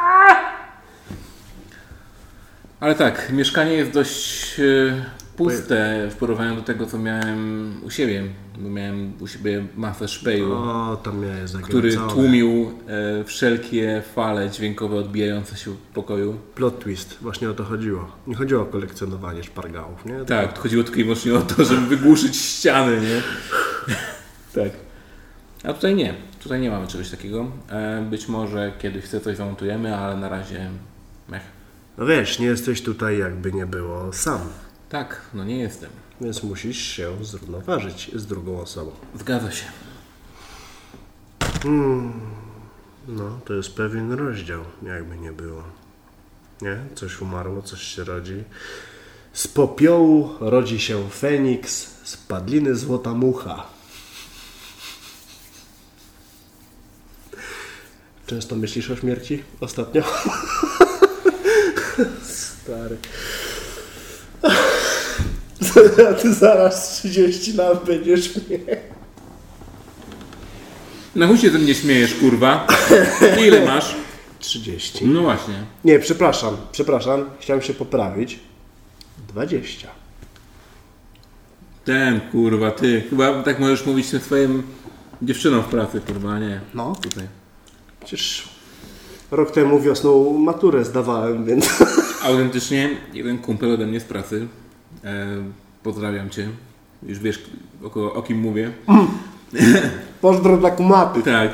S2: Ale tak, mieszkanie jest dość puste w porównaniu do tego, co miałem u siebie. Bo miałem u siebie masę szpeju,
S3: Tam miałeś
S2: który tłumił wszelkie fale dźwiękowe odbijające się w pokoju.
S3: Plot twist, właśnie o to chodziło. Nie chodziło o kolekcjonowanie szpargałów, nie?
S2: Tak, to chodziło tylko i wyłącznie o to, żeby wygłuszyć ściany, nie? Tak. A tutaj nie. Tutaj nie mamy czegoś takiego. Być może kiedyś coś zamontujemy, ale na razie mech.
S3: No wiesz, nie jesteś tutaj jakby nie było sam.
S2: Tak, no nie jestem.
S3: Więc musisz się zrównoważyć z drugą osobą.
S2: Zgadza się.
S3: No, to jest pewien rozdział, jakby nie było. Nie? Coś umarło, coś się rodzi. Z popiołu rodzi się Feniks, z padliny złota mucha. Często myślisz o śmierci ostatnio? Stary. A ty zaraz 30 lat będziesz mnie.
S2: Na chuj się ze mnie śmiejesz, kurwa. Ile masz?
S3: 30.
S2: No właśnie.
S3: Nie, przepraszam. Chciałem się poprawić. 20.
S2: Kurwa, ty. Chyba tak możesz mówić tym swoim dziewczynom w pracy, kurwa, a nie.
S3: No.
S2: Tutaj.
S3: Przecież rok temu wiosną maturę zdawałem, więc...
S2: Autentycznie jeden kumpel ode mnie z pracy, pozdrawiam Cię, już wiesz o kim mówię.
S3: Pozdro dla kumaty.
S2: Tak.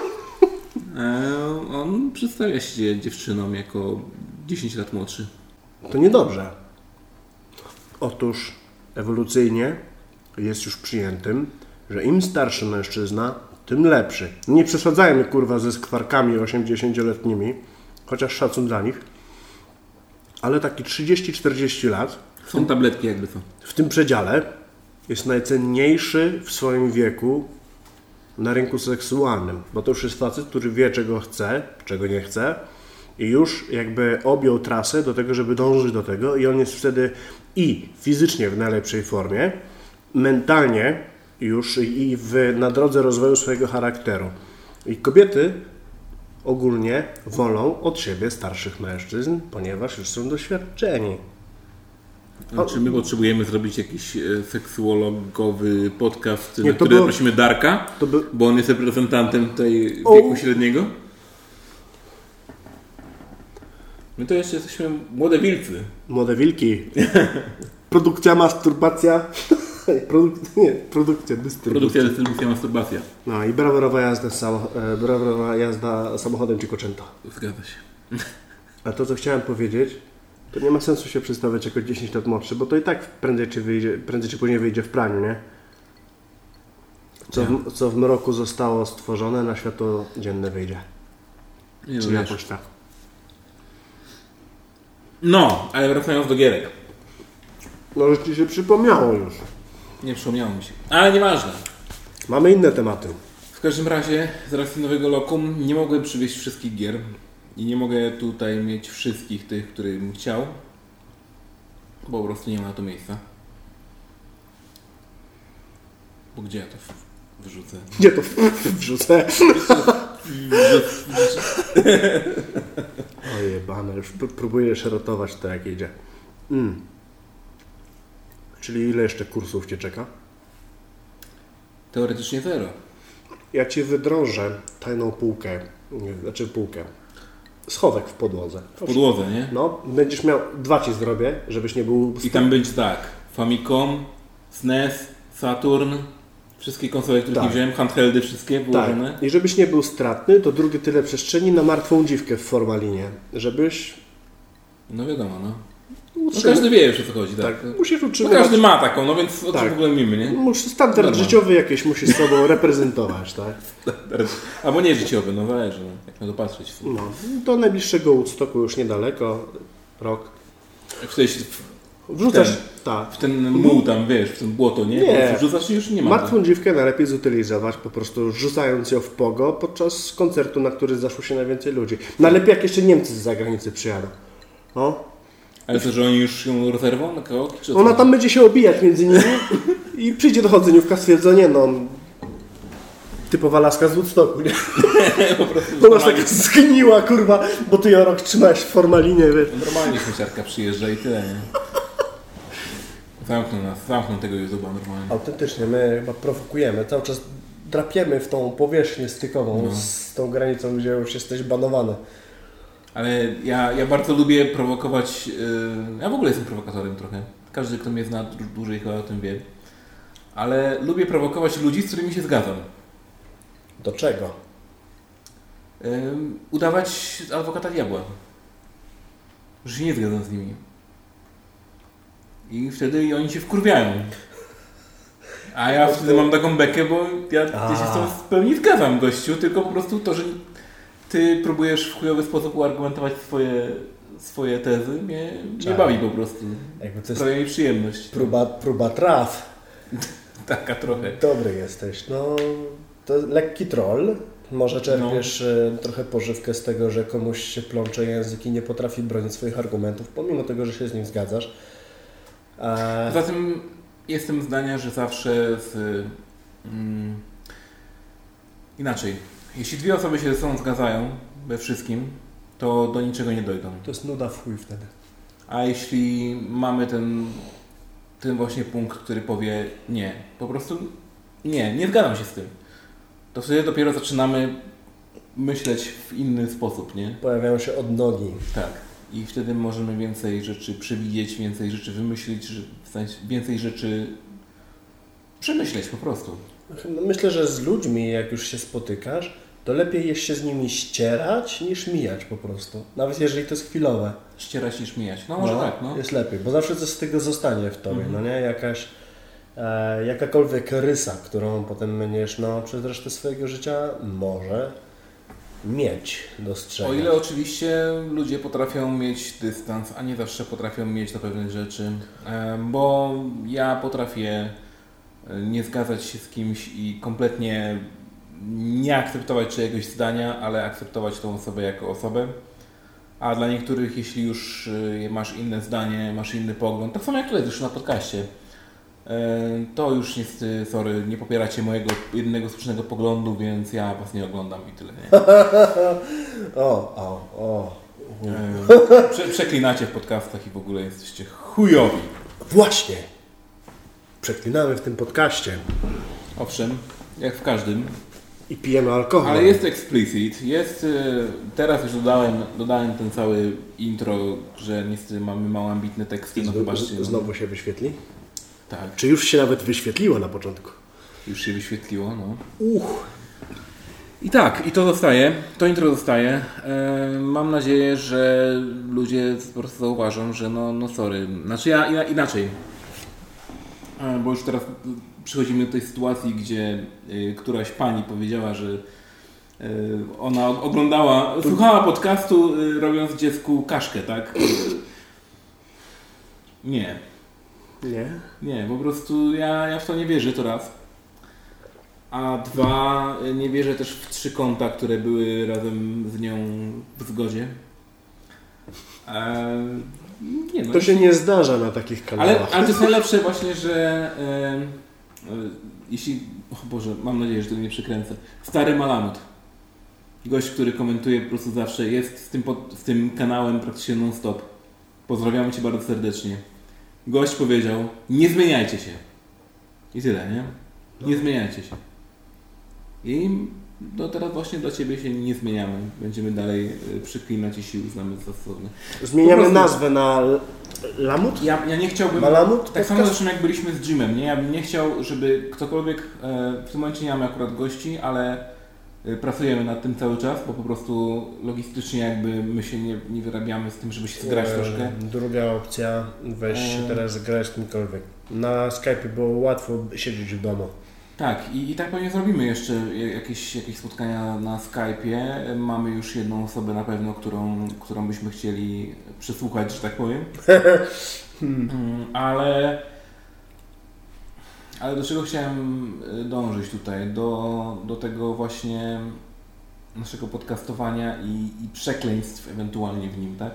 S2: On przedstawia się dziewczynom jako 10 lat młodszy.
S3: To niedobrze. Otóż ewolucyjnie jest już przyjętym, że im starszy mężczyzna, tym lepszy. Nie przesadzajmy kurwa ze skwarkami 80-letnimi, chociaż szacun dla nich, ale taki 30-40 lat
S2: Są tabletki jakby co.
S3: w tym przedziale jest najcenniejszy w swoim wieku na rynku seksualnym, bo to już jest facet, który wie czego chce, czego nie chce i już jakby objął trasę do tego, żeby dążyć do tego i on jest wtedy i fizycznie w najlepszej formie, mentalnie już i na drodze rozwoju swojego charakteru. I kobiety ogólnie wolą od siebie starszych mężczyzn, ponieważ już są doświadczeni.
S2: Czy my potrzebujemy zrobić jakiś seksuologowy podcast,
S3: Nie,
S2: na który prosimy Darka,
S3: to
S2: bo on jest reprezentantem tej wieku średniego? My to jeszcze jesteśmy młode wilcy.
S3: Młode wilki. Produkcja, masturbacja. Produkcja,
S2: Dystrybucja, masturbacja.
S3: No i braworowa jazda samochodem czy koczęta.
S2: Zgadza się.
S3: A to, co chciałem powiedzieć, to nie ma sensu się przedstawiać jako 10 lat młodszy, bo to i tak prędzej czy później wyjdzie w praniu, nie? Co w mroku zostało stworzone, na światło dzienne wyjdzie.
S2: Nie
S3: Czy jakoś tak.
S2: No, ale wracając do gierek.
S3: No już Ci się przypomniało już.
S2: Nie przypomniało mi się. Ale nieważne.
S3: Mamy inne tematy.
S2: W każdym razie, z racji nowego lokum nie mogłem przywieźć wszystkich gier. I nie mogę tutaj mieć wszystkich tych, które bym chciał. Bo po prostu nie ma na to miejsca. Bo gdzie ja to wyrzucę?
S3: Gdzie to wrzucę? Ojebane, już próbujesz ratować to jak idzie. Czyli ile jeszcze kursów Cię czeka?
S2: Teoretycznie 0.
S3: Ja Ci wydrążę tajną półkę. Półkę. Schowek w podłodze.
S2: W podłodze, nie?
S3: No, będziesz miał 2 Ci zrobię, żebyś nie był...
S2: I tam będzie tak. Famicom, SNES, Saturn, wszystkie konsole, których nie wziąłem, handheldy wszystkie wyłożone.
S3: Tak. I żebyś nie był stratny, to drugie tyle przestrzeni na martwą dziwkę w formalinie. Żebyś...
S2: No wiadomo, no. Każdy wie już o co chodzi, tak?
S3: Musisz
S2: No
S3: utrzymywać...
S2: każdy ma taką, no więc o czym w ogóle mówimy, nie?
S3: Standard życiowy jakiś musisz z sobą reprezentować, tak?
S2: Albo nie życiowy, no zależy, no. Jak na to patrzeć.
S3: No, do najbliższego Woodstocku już niedaleko, rok. Wrzucasz
S2: w ten muł tam, wiesz, w ten błoto, nie?
S3: Nie.
S2: Wrzucasz i już nie ma.
S3: Martwą dziwkę najlepiej zutylizować, po prostu rzucając ją w pogo podczas koncertu, na który zaszło się najwięcej ludzi. Najlepiej jak jeszcze Niemcy z zagranicy przyjadą. No.
S2: Ale to, że oni już ją rozerwą na kawałki? Czy
S3: Ona tam będzie się obijać między nimi i przyjdzie do chodzeniówka, stwierdzenie, no... Typowa laska z Woodstocku, nie?
S2: Po prostu
S3: Ona taka zgniła, kurwa, bo ty ją rok trzymałeś w formalinie, wiesz.
S2: Normalnie śmieciarka przyjeżdża i tyle, nie? Zamkną tego YouTube'a normalnie.
S3: Autentycznie, my chyba prowokujemy, cały czas drapiemy w tą powierzchnię stykową z tą granicą, gdzie już jesteś banowany.
S2: Ale ja bardzo lubię prowokować, ja w ogóle jestem prowokatorem trochę. Każdy, kto mnie zna dłużej chyba o tym wie. Ale lubię prowokować ludzi, z którymi się zgadzam.
S3: Do czego?
S2: Udawać adwokata diabła. Że się nie zgadzam z nimi. I oni się wkurwiają. A ja wtedy mam taką bekę, bo ja się z tym w pełni zgadzam, gościu, tylko po prostu to, że ty próbujesz w chujowy sposób uargumentować swoje tezy, mnie bawi po prostu. Sprawia mi przyjemność.
S3: Próba traf.
S2: Taka trochę.
S3: Dobry jesteś. No, to lekki troll. Może czerpiesz trochę pożywkę z tego, że komuś się plącze język i nie potrafi bronić swoich argumentów, pomimo tego, że się z nim zgadzasz.
S2: Poza tym jestem zdania, że zawsze inaczej. Jeśli 2 osoby się ze sobą zgadzają we wszystkim, to do niczego nie dojdą.
S3: To jest nuda w chuj wtedy.
S2: A jeśli mamy ten właśnie punkt, który powie nie, po prostu nie zgadzam się z tym, to wtedy dopiero zaczynamy myśleć w inny sposób, nie?
S3: Pojawiają się odnogi.
S2: Tak. I wtedy możemy więcej rzeczy przewidzieć, więcej rzeczy wymyślić, w sensie więcej rzeczy przemyśleć po prostu.
S3: Myślę, że z ludźmi, jak już się spotykasz, to lepiej jest się z nimi ścierać niż mijać po prostu. Nawet jeżeli to jest chwilowe.
S2: Ścierać niż mijać. No może tak, no.
S3: Jest lepiej, bo zawsze coś z tego zostanie w tobie, no nie? Jakakolwiek rysa, którą potem będziesz przez resztę swojego życia może mieć, dostrzegać.
S2: O ile oczywiście ludzie potrafią mieć dystans, a nie zawsze potrafią mieć do pewnych rzeczy, bo ja potrafię nie zgadzać się z kimś i kompletnie nie akceptować czyjegoś zdania, ale akceptować tą osobę jako osobę. A dla niektórych, jeśli już masz inne zdanie, masz inny pogląd, tak samo jak tutaj zresztą na podcaście, To już jest, sorry, nie popieracie mojego jedynego słusznego poglądu, więc ja was nie oglądam i tyle, nie? Przeklinacie w podcastach i w ogóle jesteście chujowi.
S3: Właśnie. Przeklinamy w tym podcaście.
S2: Owszem, jak w każdym.
S3: I pijemy alkohol.
S2: Ale jest explicit, jest, teraz już dodałem ten cały intro, że niestety mamy mało ambitne teksty, no wybaczcie.
S3: Znowu się wyświetli?
S2: Tak.
S3: Czy już się nawet wyświetliło na początku?
S2: Już się wyświetliło, no. I tak, i to zostaje, to intro zostaje. Mam nadzieję, że ludzie po prostu zauważą, że no sorry. Znaczy ja inaczej. Bo już teraz przychodzimy do tej sytuacji, gdzie któraś pani powiedziała, że ona słuchała podcastu robiąc dziecku kaszkę, tak? Nie. Nie, po prostu ja w to nie wierzę, to raz. A dwa, nie wierzę też w 3 konta, które były razem z nią w zgodzie. Nie, no,
S3: to się nie zdarza na takich kanałach.
S2: Ale to jest najlepsze właśnie, że jeśli... O Boże, mam nadzieję, że to nie przekręcę. Stary Malamut. Gość, który komentuje po prostu zawsze, jest z tym kanałem praktycznie non-stop. Pozdrawiamy Cię bardzo serdecznie. Gość powiedział, nie zmieniajcie się. I tyle, nie? Nie zmieniajcie się. I teraz właśnie dla Ciebie się nie zmieniamy. Będziemy dalej przyklinać, jeśli uznamy za stosowne.
S3: Zmieniamy nazwę na Lamut?
S2: Ja nie chciałbym...
S3: Malamut?
S2: Tak samo zresztą jak byliśmy z Jimem, nie? Ja bym nie chciał, żeby ktokolwiek... W tym momencie nie mamy akurat gości, ale pracujemy nad tym cały czas, bo po prostu logistycznie jakby my się nie wyrabiamy z tym, żeby się zgrać troszkę.
S3: Druga opcja, weź się teraz grać z kimkolwiek. Na Skype'ie było łatwo siedzieć w domu.
S2: Tak, i tak pewnie zrobimy jeszcze jakieś spotkania na Skype'ie. Mamy już jedną osobę na pewno, którą byśmy chcieli przesłuchać, że tak powiem. Ale do czego chciałem dążyć tutaj? Do tego właśnie naszego podcastowania i przekleństw ewentualnie w nim, tak?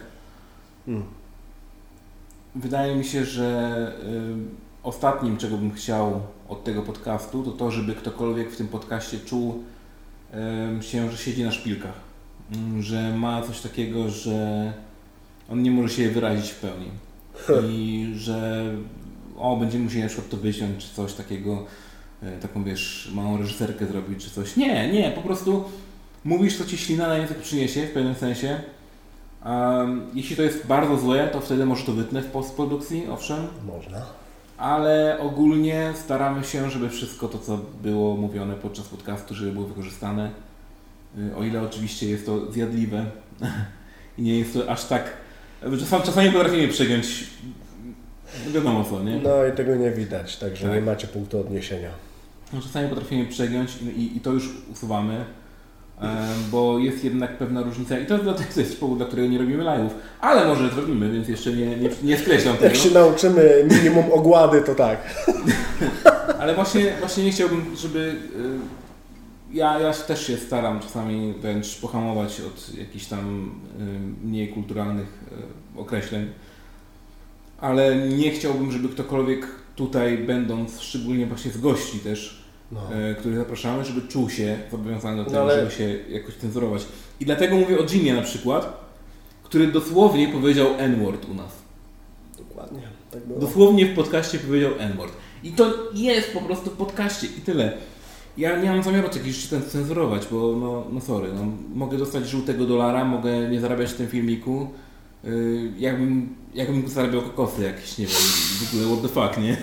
S2: Wydaje mi się, że ostatnim, czego bym chciał od tego podcastu, to żeby ktokolwiek w tym podcaście czuł się, że siedzi na szpilkach. Że ma coś takiego, że on nie może się wyrazić w pełni. I że będziemy musieli na przykład to wyciąć, czy coś takiego, taką wiesz, małą reżyserkę zrobić, czy coś. Nie, po prostu mówisz, co Ci ślina na język przyniesie, w pewnym sensie. Jeśli to jest bardzo złe, to wtedy może to wytnę w postprodukcji, owszem.
S3: Można.
S2: Ale ogólnie staramy się, żeby wszystko to, co było mówione podczas podcastu, żeby było wykorzystane. O ile oczywiście jest to zjadliwe i nie jest to aż tak... Czasami potrafimy przegiąć wiadomo co, nie?
S3: No i tego nie widać, także tak. Nie macie punktu odniesienia.
S2: No, czasami potrafimy przegiąć i to już usuwamy, bo jest jednak pewna różnica i to jest powód, dla którego nie robimy live'ów, ale może zrobimy, więc jeszcze nie skreślam tego.
S3: Jak się nauczymy minimum ogłady, to tak.
S2: Ale właśnie nie chciałbym, żeby... Ja też się staram czasami wręcz pohamować od jakichś tam mniej kulturalnych określeń, ale nie chciałbym, żeby ktokolwiek tutaj będąc, szczególnie właśnie z gości też, których zapraszamy, żeby czuł się zobowiązany do tego, żeby się jakoś cenzurować. I dlatego mówię o Jimie na przykład, który dosłownie powiedział N-word u nas.
S3: Dokładnie, tak było.
S2: Dosłownie w podcaście powiedział N-word. I to jest po prostu w podcaście i tyle. Ja nie mam zamiaru jakichś rzeczy cenzurować, bo sorry, mogę dostać żółtego dolara, mogę nie zarabiać w tym filmiku. Jakbym zarabiał kokosy jakieś, nie wiem, w ogóle what the fuck, nie?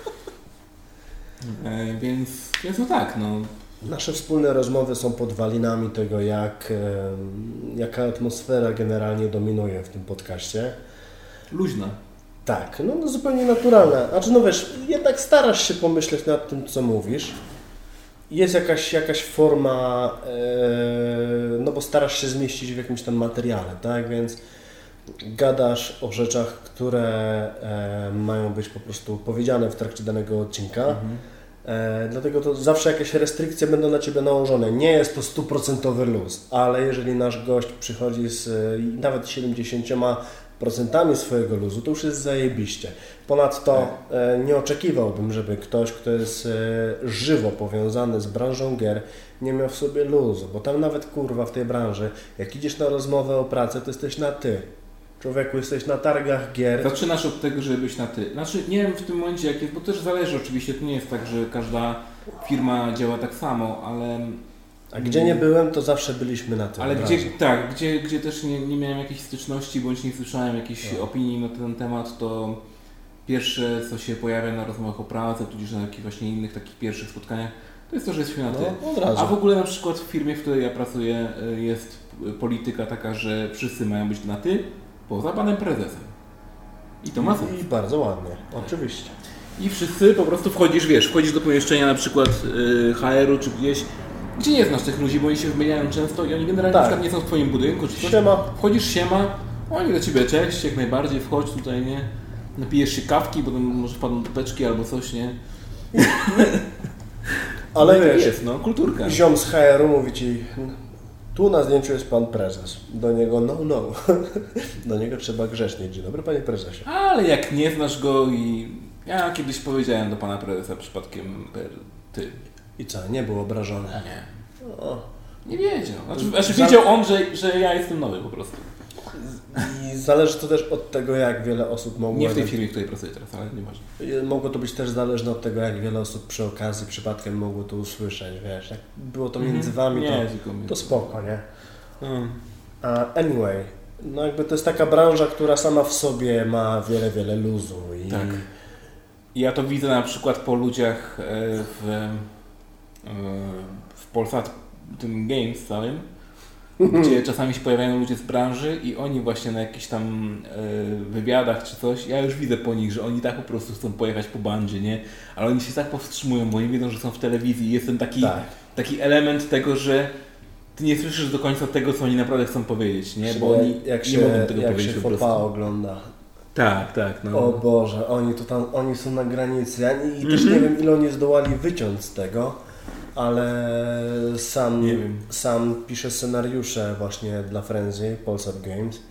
S2: Więc no tak, no.
S3: Nasze wspólne rozmowy są podwalinami tego, jaka atmosfera generalnie dominuje w tym podcaście.
S2: Luźna.
S3: Tak, no zupełnie naturalna. Znaczy, no wiesz, jednak starasz się pomyśleć nad tym, co mówisz. Jest jakaś forma, no bo starasz się zmieścić w jakimś tam materiale, tak? Więc gadasz o rzeczach, które mają być po prostu powiedziane w trakcie danego odcinka. Dlatego to zawsze jakieś restrykcje będą na Ciebie nałożone. Nie jest to 100% luz, ale jeżeli nasz gość przychodzi z nawet 70% procentami swojego luzu, to już jest zajebiście. Ponadto nie oczekiwałbym, żeby ktoś, kto jest żywo powiązany z branżą gier, nie miał w sobie luzu, bo tam nawet kurwa w tej branży, jak idziesz na rozmowę o pracę, to jesteś na ty. Człowieku, jesteś na targach gier.
S2: Zaczynasz od tego, żeby być na ty. Znaczy, nie wiem w tym momencie jak jest, bo też zależy oczywiście, to nie jest tak, że każda firma działa tak samo, ale...
S3: A gdzie nie byłem, to zawsze byliśmy na tym.
S2: Ale gdzie też nie miałem jakiejś styczności, bądź nie słyszałem jakiejś opinii na ten temat, to pierwsze, co się pojawia na rozmowach o pracy, tudzież na jakichś właśnie innych takich pierwszich spotkaniach, to jest to, że jesteśmy na ty. A w ogóle na przykład w firmie, w której ja pracuję, jest polityka taka, że wszyscy mają być na ty, poza panem prezesem. I to ma sens.
S3: I bardzo ładnie, oczywiście.
S2: I wszyscy po prostu wchodzisz do pomieszczenia na przykład HR-u czy gdzieś, gdzie nie znasz tych ludzi, bo oni się wymieniają często i oni generalnie na przykład nie są w twoim budynku czy coś.
S3: Siema.
S2: Wchodzisz, siema, oni do ciebie cześć, jak najbardziej, wchodź tutaj, nie? Napijesz się kawki, potem może wpadną topeczki albo coś, nie?
S3: Ale
S2: no,
S3: wiesz,
S2: jest, no, kulturka.
S3: Ziom z HR-u mówi ci, tu na zdjęciu jest pan prezes. Do niego no. Do niego trzeba grzecznie. Dzień dobry, panie prezesie.
S2: Ale jak nie znasz go i... Ja kiedyś powiedziałem do pana prezesa przypadkiem ty.
S3: I co, nie był obrażony?
S2: Nie. Nie wiedział. Znaczy wiedział on, że ja jestem nowy po prostu.
S3: I zależy to też od tego, jak wiele osób mogło...
S2: Nie w tej firmie, w której pracuję teraz, ale nie ważne.
S3: Mogło to być też zależne od tego, jak wiele osób przy okazji, przypadkiem mogło to usłyszeć, wiesz. Jak było to między wami, to spoko, nie? Anyway, no jakby to jest taka branża, która sama w sobie ma wiele luzu. I...
S2: Tak. Ja to widzę na przykład po ludziach w Polsat tym Games całym, gdzie czasami się pojawiają ludzie z branży i oni właśnie na jakichś tam wywiadach czy coś, ja już widzę po nich, że oni tak po prostu chcą pojechać po bandzie, nie? Ale oni się tak powstrzymują, bo oni wiedzą, że są w telewizji i jest ten taki element tego, że ty nie słyszysz do końca tego, co oni naprawdę chcą powiedzieć, nie? Bo oni nie mogą tego powiedzieć po prostu.
S3: Jak się ogląda.
S2: Tak, no.
S3: O Boże, oni są na granicy. I też nie wiem, ile oni zdołali wyciąć z tego, ale sam piszę scenariusze właśnie dla Frenzy, Polsat Games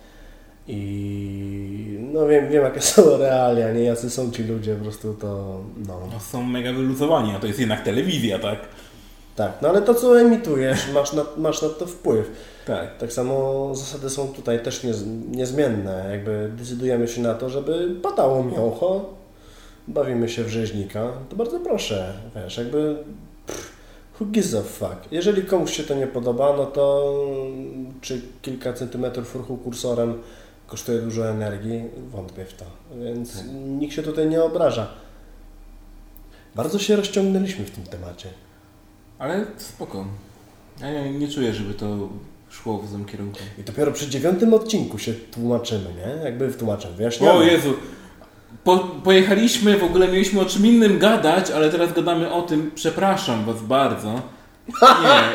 S3: i no wiem jakie są realia, nie? Jacy są ci ludzie, po prostu to
S2: No są mega wyluzowani, a to jest jednak telewizja, tak?
S3: Tak, no ale to co emitujesz, masz na to wpływ.
S2: Tak.
S3: Tak samo zasady są tutaj też niezmienne. Jakby decydujemy się na to, żeby padało miącho, bawimy się w rzeźnika, to bardzo proszę, wiesz, jakby who gives a fuck. Jeżeli komuś się to nie podoba, no to czy kilka centymetrów ruchu kursorem kosztuje dużo energii, wątpię w to, więc nikt się tutaj nie obraża. Bardzo się rozciągnęliśmy w tym temacie.
S2: Ale spoko. Ja nie czuję, żeby to szło w złym kierunku.
S3: I dopiero przy 9 odcinku się tłumaczymy, nie? Jakby wyjaśniamy.
S2: O Jezu! Pojechaliśmy, w ogóle mieliśmy o czym innym gadać, ale teraz gadamy o tym. Przepraszam was bardzo. Nie.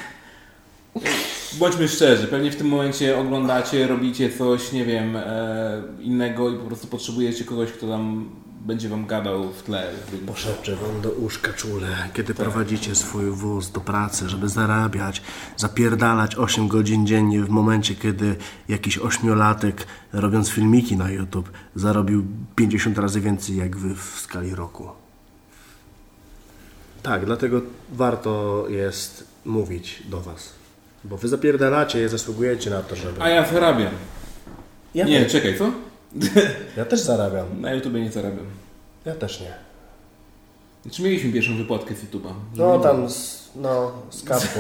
S2: Bądźmy szczerzy, pewnie w tym momencie oglądacie, robicie coś, nie wiem, innego i po prostu potrzebujecie kogoś, kto tam będzie wam gadał w tle.
S3: Poszepczę wam do uszka czule, kiedy prowadzicie swój wóz do pracy, żeby zarabiać, zapierdalać 8 godzin dziennie w momencie, kiedy jakiś 8-latek, robiąc filmiki na YouTube, zarobił 50 razy więcej jak wy w skali roku. Tak, dlatego warto jest mówić do was. Bo wy zapierdalacie, zasługujecie na to, żeby...
S2: A ja zarabiam. Nie, czekaj, co?
S3: Ja też zarabiam.
S2: Na YouTube nie zarabiam.
S3: Ja też nie.
S2: Znaczy mieliśmy pierwszą wypłatkę z YouTube'a.
S3: No tam z kartą.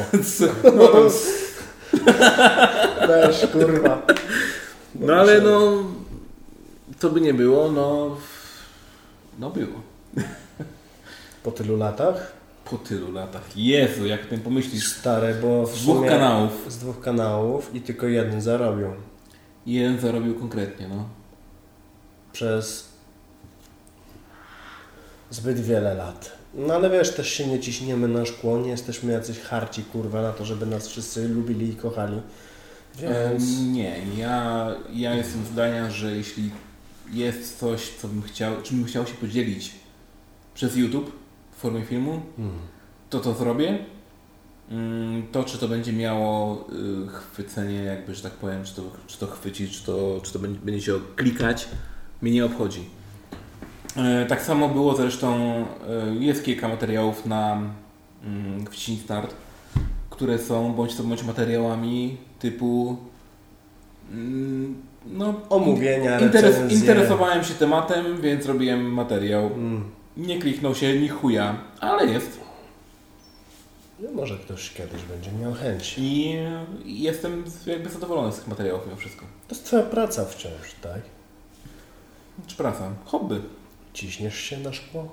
S3: Weź, kurwa.
S2: No ale co by nie było, było.
S3: Po tylu latach?
S2: Po tylu latach. Jezu, jak ten pomyślisz.
S3: Stare, bo
S2: z dwóch kanałów.
S3: Z 2 kanałów i tylko jeden zarobił.
S2: Jeden zarobił konkretnie,
S3: Przez zbyt wiele lat. No ale wiesz, też się nie ciśniemy na szkło, nie jesteśmy jacyś harci, kurwa, na to, żeby nas wszyscy lubili i kochali. Więc...
S2: Nie, ja jestem zdania, że jeśli jest coś, czym bym chciał się podzielić przez YouTube w formie filmu, to zrobię. To, czy to będzie miało chwycenie, jakby, że tak powiem, czy to chwyci, czy to będzie się klikać, mnie nie obchodzi. Tak samo było zresztą, jest kilka materiałów na Wciśnij Start, które są bądź materiałami typu
S3: omówienia, recenzje.
S2: Interesowałem się tematem, więc robiłem materiał. Nie kliknął się ni chuja, ale jest.
S3: No może ktoś kiedyś będzie miał chęć.
S2: I jestem jakby zadowolony z tych materiałów mimo wszystko.
S3: To jest twoja praca wciąż, tak?
S2: Czy praca? Hobby.
S3: Ciśniesz się na szkło?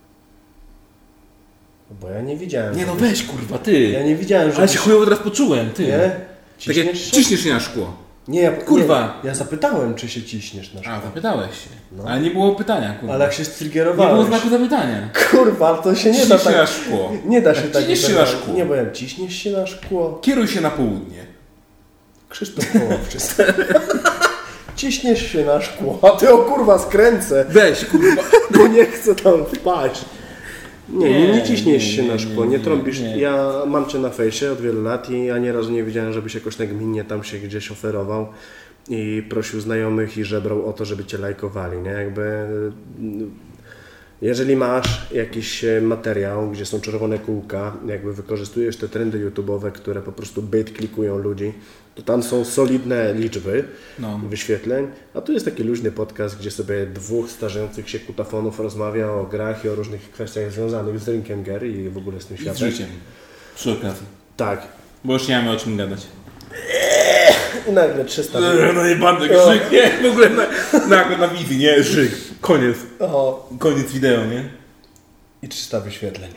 S3: Bo ja nie widziałem.
S2: Nie no weź kurwa, ty!
S3: Ja nie widziałem, że...
S2: Ale się chujowo teraz poczułem, ty!
S3: Nie?
S2: Ciśniesz się na szkło.
S3: Nie,
S2: kurwa!
S3: Ja zapytałem, czy się ciśniesz na szkło.
S2: A, zapytałeś się.
S3: No.
S2: Ale nie było pytania, kurwa.
S3: Ale jak się striggerowałeś...
S2: Nie było znaku zapytania.
S3: Kurwa, to się nie da tak...
S2: na szkło.
S3: Nie da się tak...
S2: Ciśniesz się na szkło.
S3: Nie, bo ja ciśniesz się na szkło.
S2: Kieruj się na południe.
S3: Krzysztof Połowczyk. Ciśniesz się na szkło, a ty o kurwa skręcę.
S2: Weź kurwa.
S3: Bo nie chcę tam wpaść. Nie ciśniesz się na szkło, nie trąbisz. Ja mam Cię na fejsie od wielu lat i ja nieraz nie widziałem, żebyś jakoś tak gminnie tam się gdzieś oferował i prosił znajomych i żebrał o to, żeby Cię lajkowali, nie? Jakby... Jeżeli masz jakiś materiał, gdzie są czerwone kółka, jakby wykorzystujesz te trendy YouTube'owe, które po prostu bait klikują ludzi, to tam są solidne liczby wyświetleń, a tu jest taki luźny podcast, gdzie sobie dwóch starzejących się kutafonów rozmawia o grach i o różnych kwestiach związanych z rynkiem gier i w ogóle z tym światem.
S2: Z życiem. Przy okazji.
S3: Tak.
S2: Bo już nie mamy o czym gadać.
S3: I nagle 300...
S2: No nie bandek, żyk, nie? W ogóle na wizji, nie? Żyk. Koniec. Koniec wideo, nie?
S3: I 300 wyświetleń.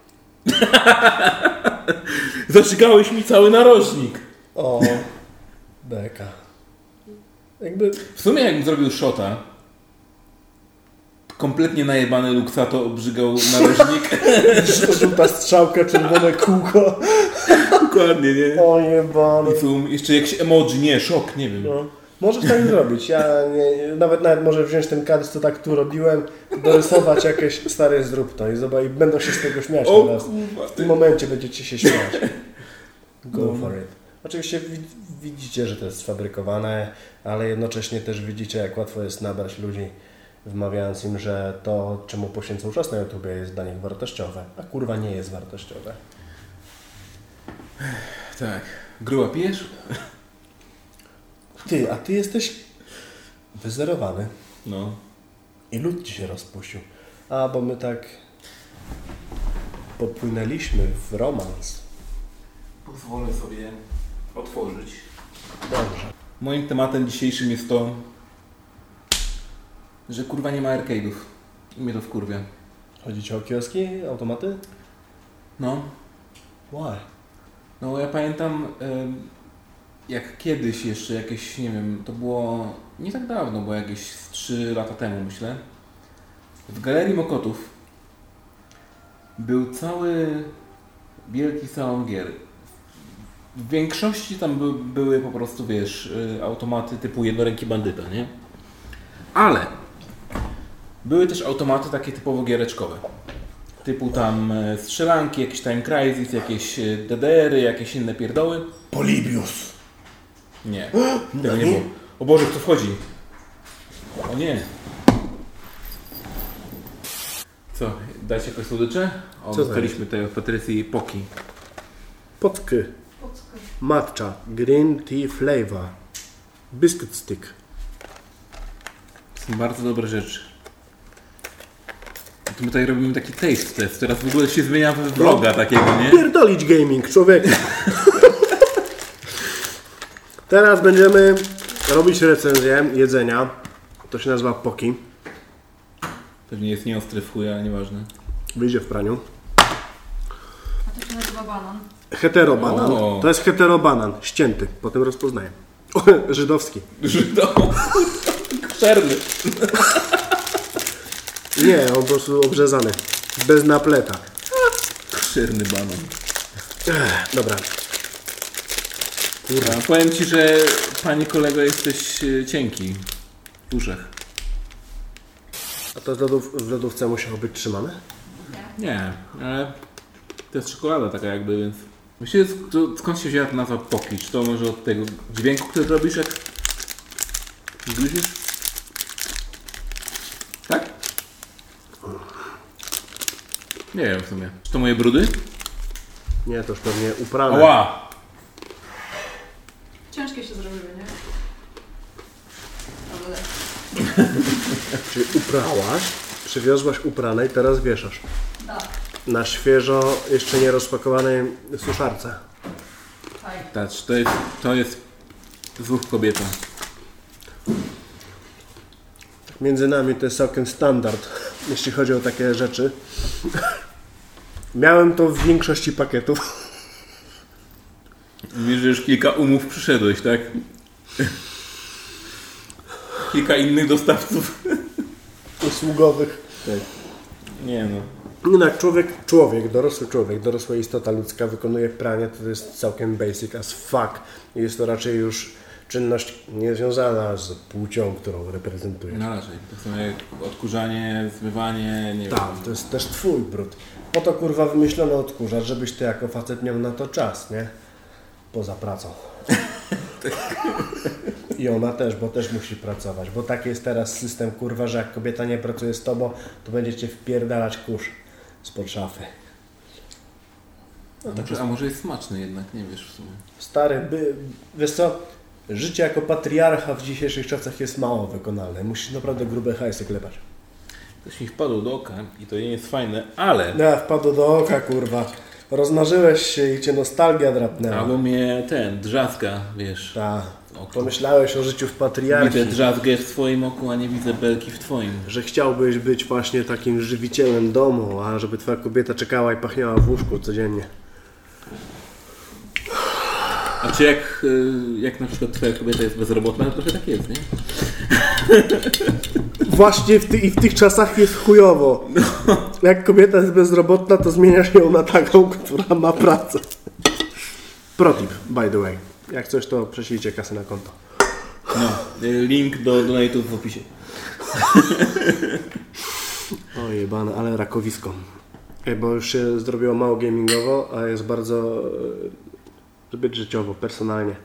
S2: Zaczykałeś mi cały narożnik.
S3: O, beka. Jakby...
S2: W sumie jakbym zrobił shota, kompletnie najebany Luxato obrzygał narożnik.
S3: Żółta strzałka, czerwone kółko.
S2: Dokładnie, nie?
S3: O jebany.
S2: Jeszcze jakiś emoji, nie, szok, nie wiem.
S3: No. Możesz tak zrobić. Ja nawet może wziąć ten kadr, co tak tu robiłem, dorysować jakieś stare zrób to i będą się z tego śmiać teraz. W tym momencie będziecie się śmiać. Go for it. Oczywiście widzicie, że to jest sfabrykowane, ale jednocześnie też widzicie, jak łatwo jest nabrać ludzi, wmawiając im, że to, czemu poświęcą czas na YouTubie, jest dla nich wartościowe, a kurwa nie jest wartościowe.
S2: Tak. Gruba pijesz?
S3: A ty jesteś wyzerowany.
S2: No.
S3: I lud ci się rozpuścił. A, bo my tak popłynęliśmy w romans.
S2: Pozwolę sobie otworzyć.
S3: Dobrze.
S2: Moim tematem dzisiejszym jest to, że kurwa nie ma arcade'ów. I mnie to wkurwia.
S3: Chodzi ci o kioski, automaty?
S2: No.
S3: Why?
S2: No ja pamiętam jak kiedyś jeszcze jakieś, nie wiem, to było nie tak dawno, bo jakieś 3 lata temu myślę. W Galerii Mokotów był cały wielki salon gier. W większości tam były po prostu, wiesz, automaty typu jednoręki bandyta, nie? Ale były też automaty takie typowo giereczkowe. Typu tam strzelanki, jakieś Time Crisis, jakieś DDR-y, jakieś inne pierdoły.
S3: Polybius.
S2: Nie, tego nie było. O Boże, kto wchodzi? O nie. Co, dać jakieś słodycze? O, dostaliśmy tutaj od Patrycji Poki.
S3: Potki. Matcha. Green tea flavor. Biscuit stick.
S2: Są bardzo dobre rzeczy. To my tutaj robimy taki taste test. Teraz w ogóle się zmienia w vloga takiego, nie?
S3: Pierdolić gaming, człowieku. Teraz będziemy robić recenzję jedzenia. To się nazywa Poki.
S2: Pewnie jest nieostry w chuj, ale nieważne.
S3: Wyjdzie w praniu.
S5: A to się nazywa banan.
S3: Heterobanan.
S2: O.
S3: To jest heterobanan. Ścięty. Potem rozpoznaję. Żydowski.
S2: Czerny.
S3: Nie, on po prostu obrzezany. Bez napleta.
S2: Czerny banan.
S3: Dobra.
S2: Kurwa, powiem Ci, że panie kolego jesteś cienki w uszach.
S3: A to w lodówce musiało być trzymane?
S2: Nie, ale to jest czekolada taka jakby, więc... Myślę, skąd się wzięła ta nazwa poklicz? To może od tego dźwięku, który robisz, jak gryziesz? Tak? Nie wiem w sumie. Czy to moje brudy?
S3: Nie, to już pewnie uprane.
S2: Ała!
S5: Ciężkie się zrobiły, nie? Ale...
S3: Czyli uprałaś, przywiozłaś uprane i teraz wieszasz.
S5: Tak,
S3: Na świeżo, jeszcze nie rozpakowanej suszarce.
S5: tak.
S2: Tak, to jest zwłok kobieta.
S3: Między nami to jest całkiem standard, jeśli chodzi o takie rzeczy. Miałem to w większości pakietów.
S2: Mówisz, że już kilka umów przyszedłeś, tak? Kilka innych dostawców.
S3: Usługowych.
S2: Tak. Nie no.
S3: Jak dorosły człowiek, dorosła istota ludzka wykonuje pranie, to jest całkiem basic as fuck. Jest to raczej już czynność niezwiązana z płcią, którą reprezentuje.
S2: No raczej. Tak samo jak odkurzanie, zmywanie, nie wiem.
S3: Tak, to jest też twój brud. Po to kurwa wymyślono odkurzacz, żebyś ty jako facet miał na to czas, nie? Poza pracą. I ona też, bo też musi pracować. Bo taki jest teraz system kurwa, że jak kobieta nie pracuje z tobą, to będziecie wpierdalać kurz spod szafy.
S2: A może jest smaczny jednak, nie wiesz w sumie.
S3: Stary, wiesz co? Życie jako patriarcha w dzisiejszych czasach jest mało wykonalne. Musisz naprawdę grube hajsy klepać.
S2: Coś mi wpadło do oka i to nie jest fajne, ale...
S3: No, wpadło do oka, kurwa. Rozmarzyłeś się i cię nostalgia drapnęła.
S2: Albo mnie drzazga, wiesz.
S3: Tak.
S2: Oku.
S3: Pomyślałeś o życiu w patriarchii.
S2: Widzę drzazgę w swoim oku, a nie widzę belki w twoim.
S3: Że chciałbyś być właśnie takim żywicielem domu, a żeby twoja kobieta czekała i pachniała w łóżku codziennie.
S2: A czy jak na przykład twoja kobieta jest bezrobotna, to trochę tak jest, nie?
S3: Właśnie w tych czasach jest chujowo. Jak kobieta jest bezrobotna, to zmieniasz ją na taką, która ma pracę. Protip, by the way. Jak coś, to prześlijcie kasę na konto.
S2: No, link do donate'ów w opisie.
S3: O jebane, ale rakowisko. Bo już się zrobiło mało gamingowo, a jest bardzo zbyt życiowo, personalnie.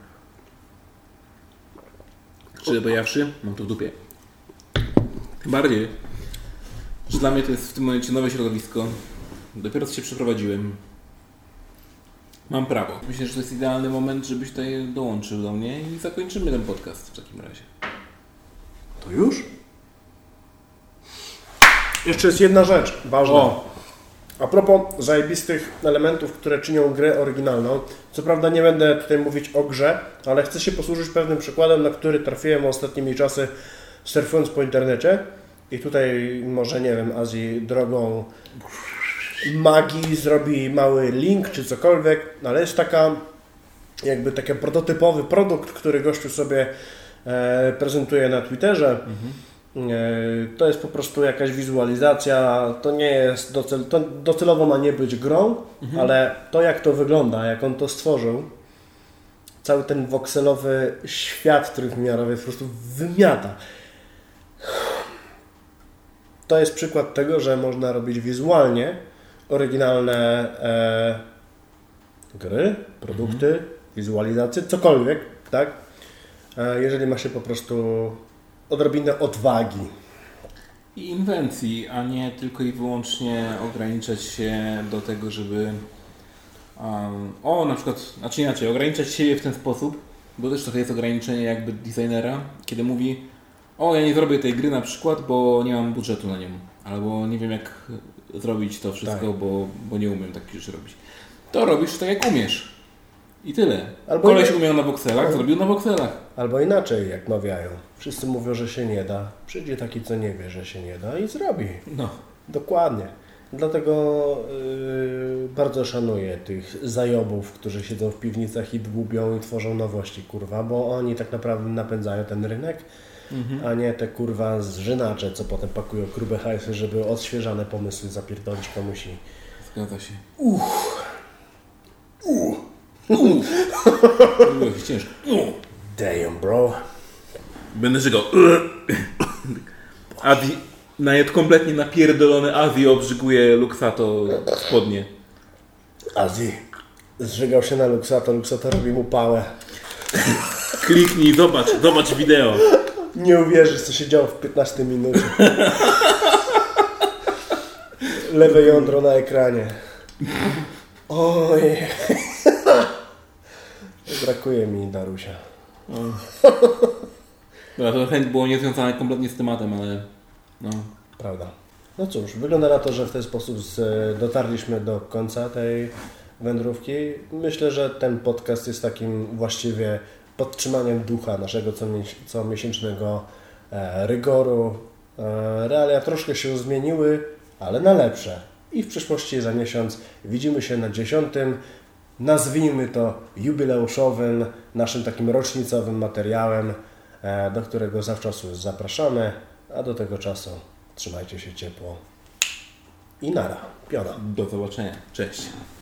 S2: Czy bojawszy? Mam to w dupie. Tym bardziej, że dla mnie to jest w tym momencie nowe środowisko. Dopiero się przeprowadziłem. Mam prawo. Myślę, że to jest idealny moment, żebyś tutaj dołączył do mnie i zakończymy ten podcast w takim razie.
S3: To już? Jeszcze jest jedna rzecz ważna.
S2: O!
S3: A propos zajebistych elementów, które czynią grę oryginalną. Co prawda nie będę tutaj mówić o grze, ale chcę się posłużyć pewnym przykładem, na który trafiłem ostatnimi czasy surfując po internecie. I tutaj może, nie wiem, Azji drogą magii zrobi mały link czy cokolwiek, ale jest taki prototypowy produkt, który gościu sobie prezentuje na Twitterze. To jest po prostu jakaś wizualizacja, to nie jest to docelowo ma nie być grą, ale to jak to wygląda, jak on to stworzył, cały ten wokselowy świat trójwymiarowy po prostu wymiata. To jest przykład tego, że można robić wizualnie oryginalne gry, produkty, wizualizacje, cokolwiek, tak? Jeżeli ma się po prostu odrobinę odwagi.
S2: I inwencji, a nie tylko i wyłącznie ograniczać się do tego, żeby na przykład, znaczy inaczej, ograniczać siebie w ten sposób, bo też trochę jest ograniczenie jakby designera, kiedy mówi: ja nie zrobię tej gry na przykład, bo nie mam budżetu na nią, albo nie wiem jak zrobić to wszystko, tak, bo nie umiem takich rzeczy robić. To robisz tak jak umiesz. I tyle. Koleś umiał na wokselach, zrobił na wokselach.
S3: Albo inaczej, jak mawiają. Wszyscy mówią, że się nie da. Przyjdzie taki, co nie wie, że się nie da i zrobi.
S2: No.
S3: Dokładnie. Dlatego bardzo szanuję tych zajobów, którzy siedzą w piwnicach i dłubią i tworzą nowości, kurwa, bo oni tak naprawdę napędzają ten rynek, a nie te kurwa zżynacze, co potem pakują grube hajsy, żeby odświeżane pomysły zapierdolić komuś i...
S2: Zgadza się. Ciężko.
S3: Damn, bro.
S2: Będę żygał. Nawet kompletnie napierdolony Azji obrzyguje Luxato spodnie.
S3: Azji. Zżygał się na Luxator, Luxator robi mu pałę.
S2: Kliknij, zobacz wideo.
S3: Nie uwierzysz, co się działo w 15 minucie. Lewe jądro na ekranie. Oj. Brakuje mi Darusia.
S2: Dobra, to chęć było niezwiązane kompletnie z tematem, ale no.
S3: Prawda. No cóż, wygląda na to, że w ten sposób dotarliśmy do końca tej wędrówki. Myślę, że ten podcast jest takim właściwie podtrzymaniem ducha naszego comiesięcznego rygoru. Realia troszkę się zmieniły, ale na lepsze. I w przyszłości za miesiąc widzimy się na 10. Nazwijmy to jubileuszowym, naszym takim rocznicowym materiałem, do którego zawczasu zapraszamy, a do tego czasu trzymajcie się ciepło i nara, piona.
S2: Do zobaczenia. Cześć.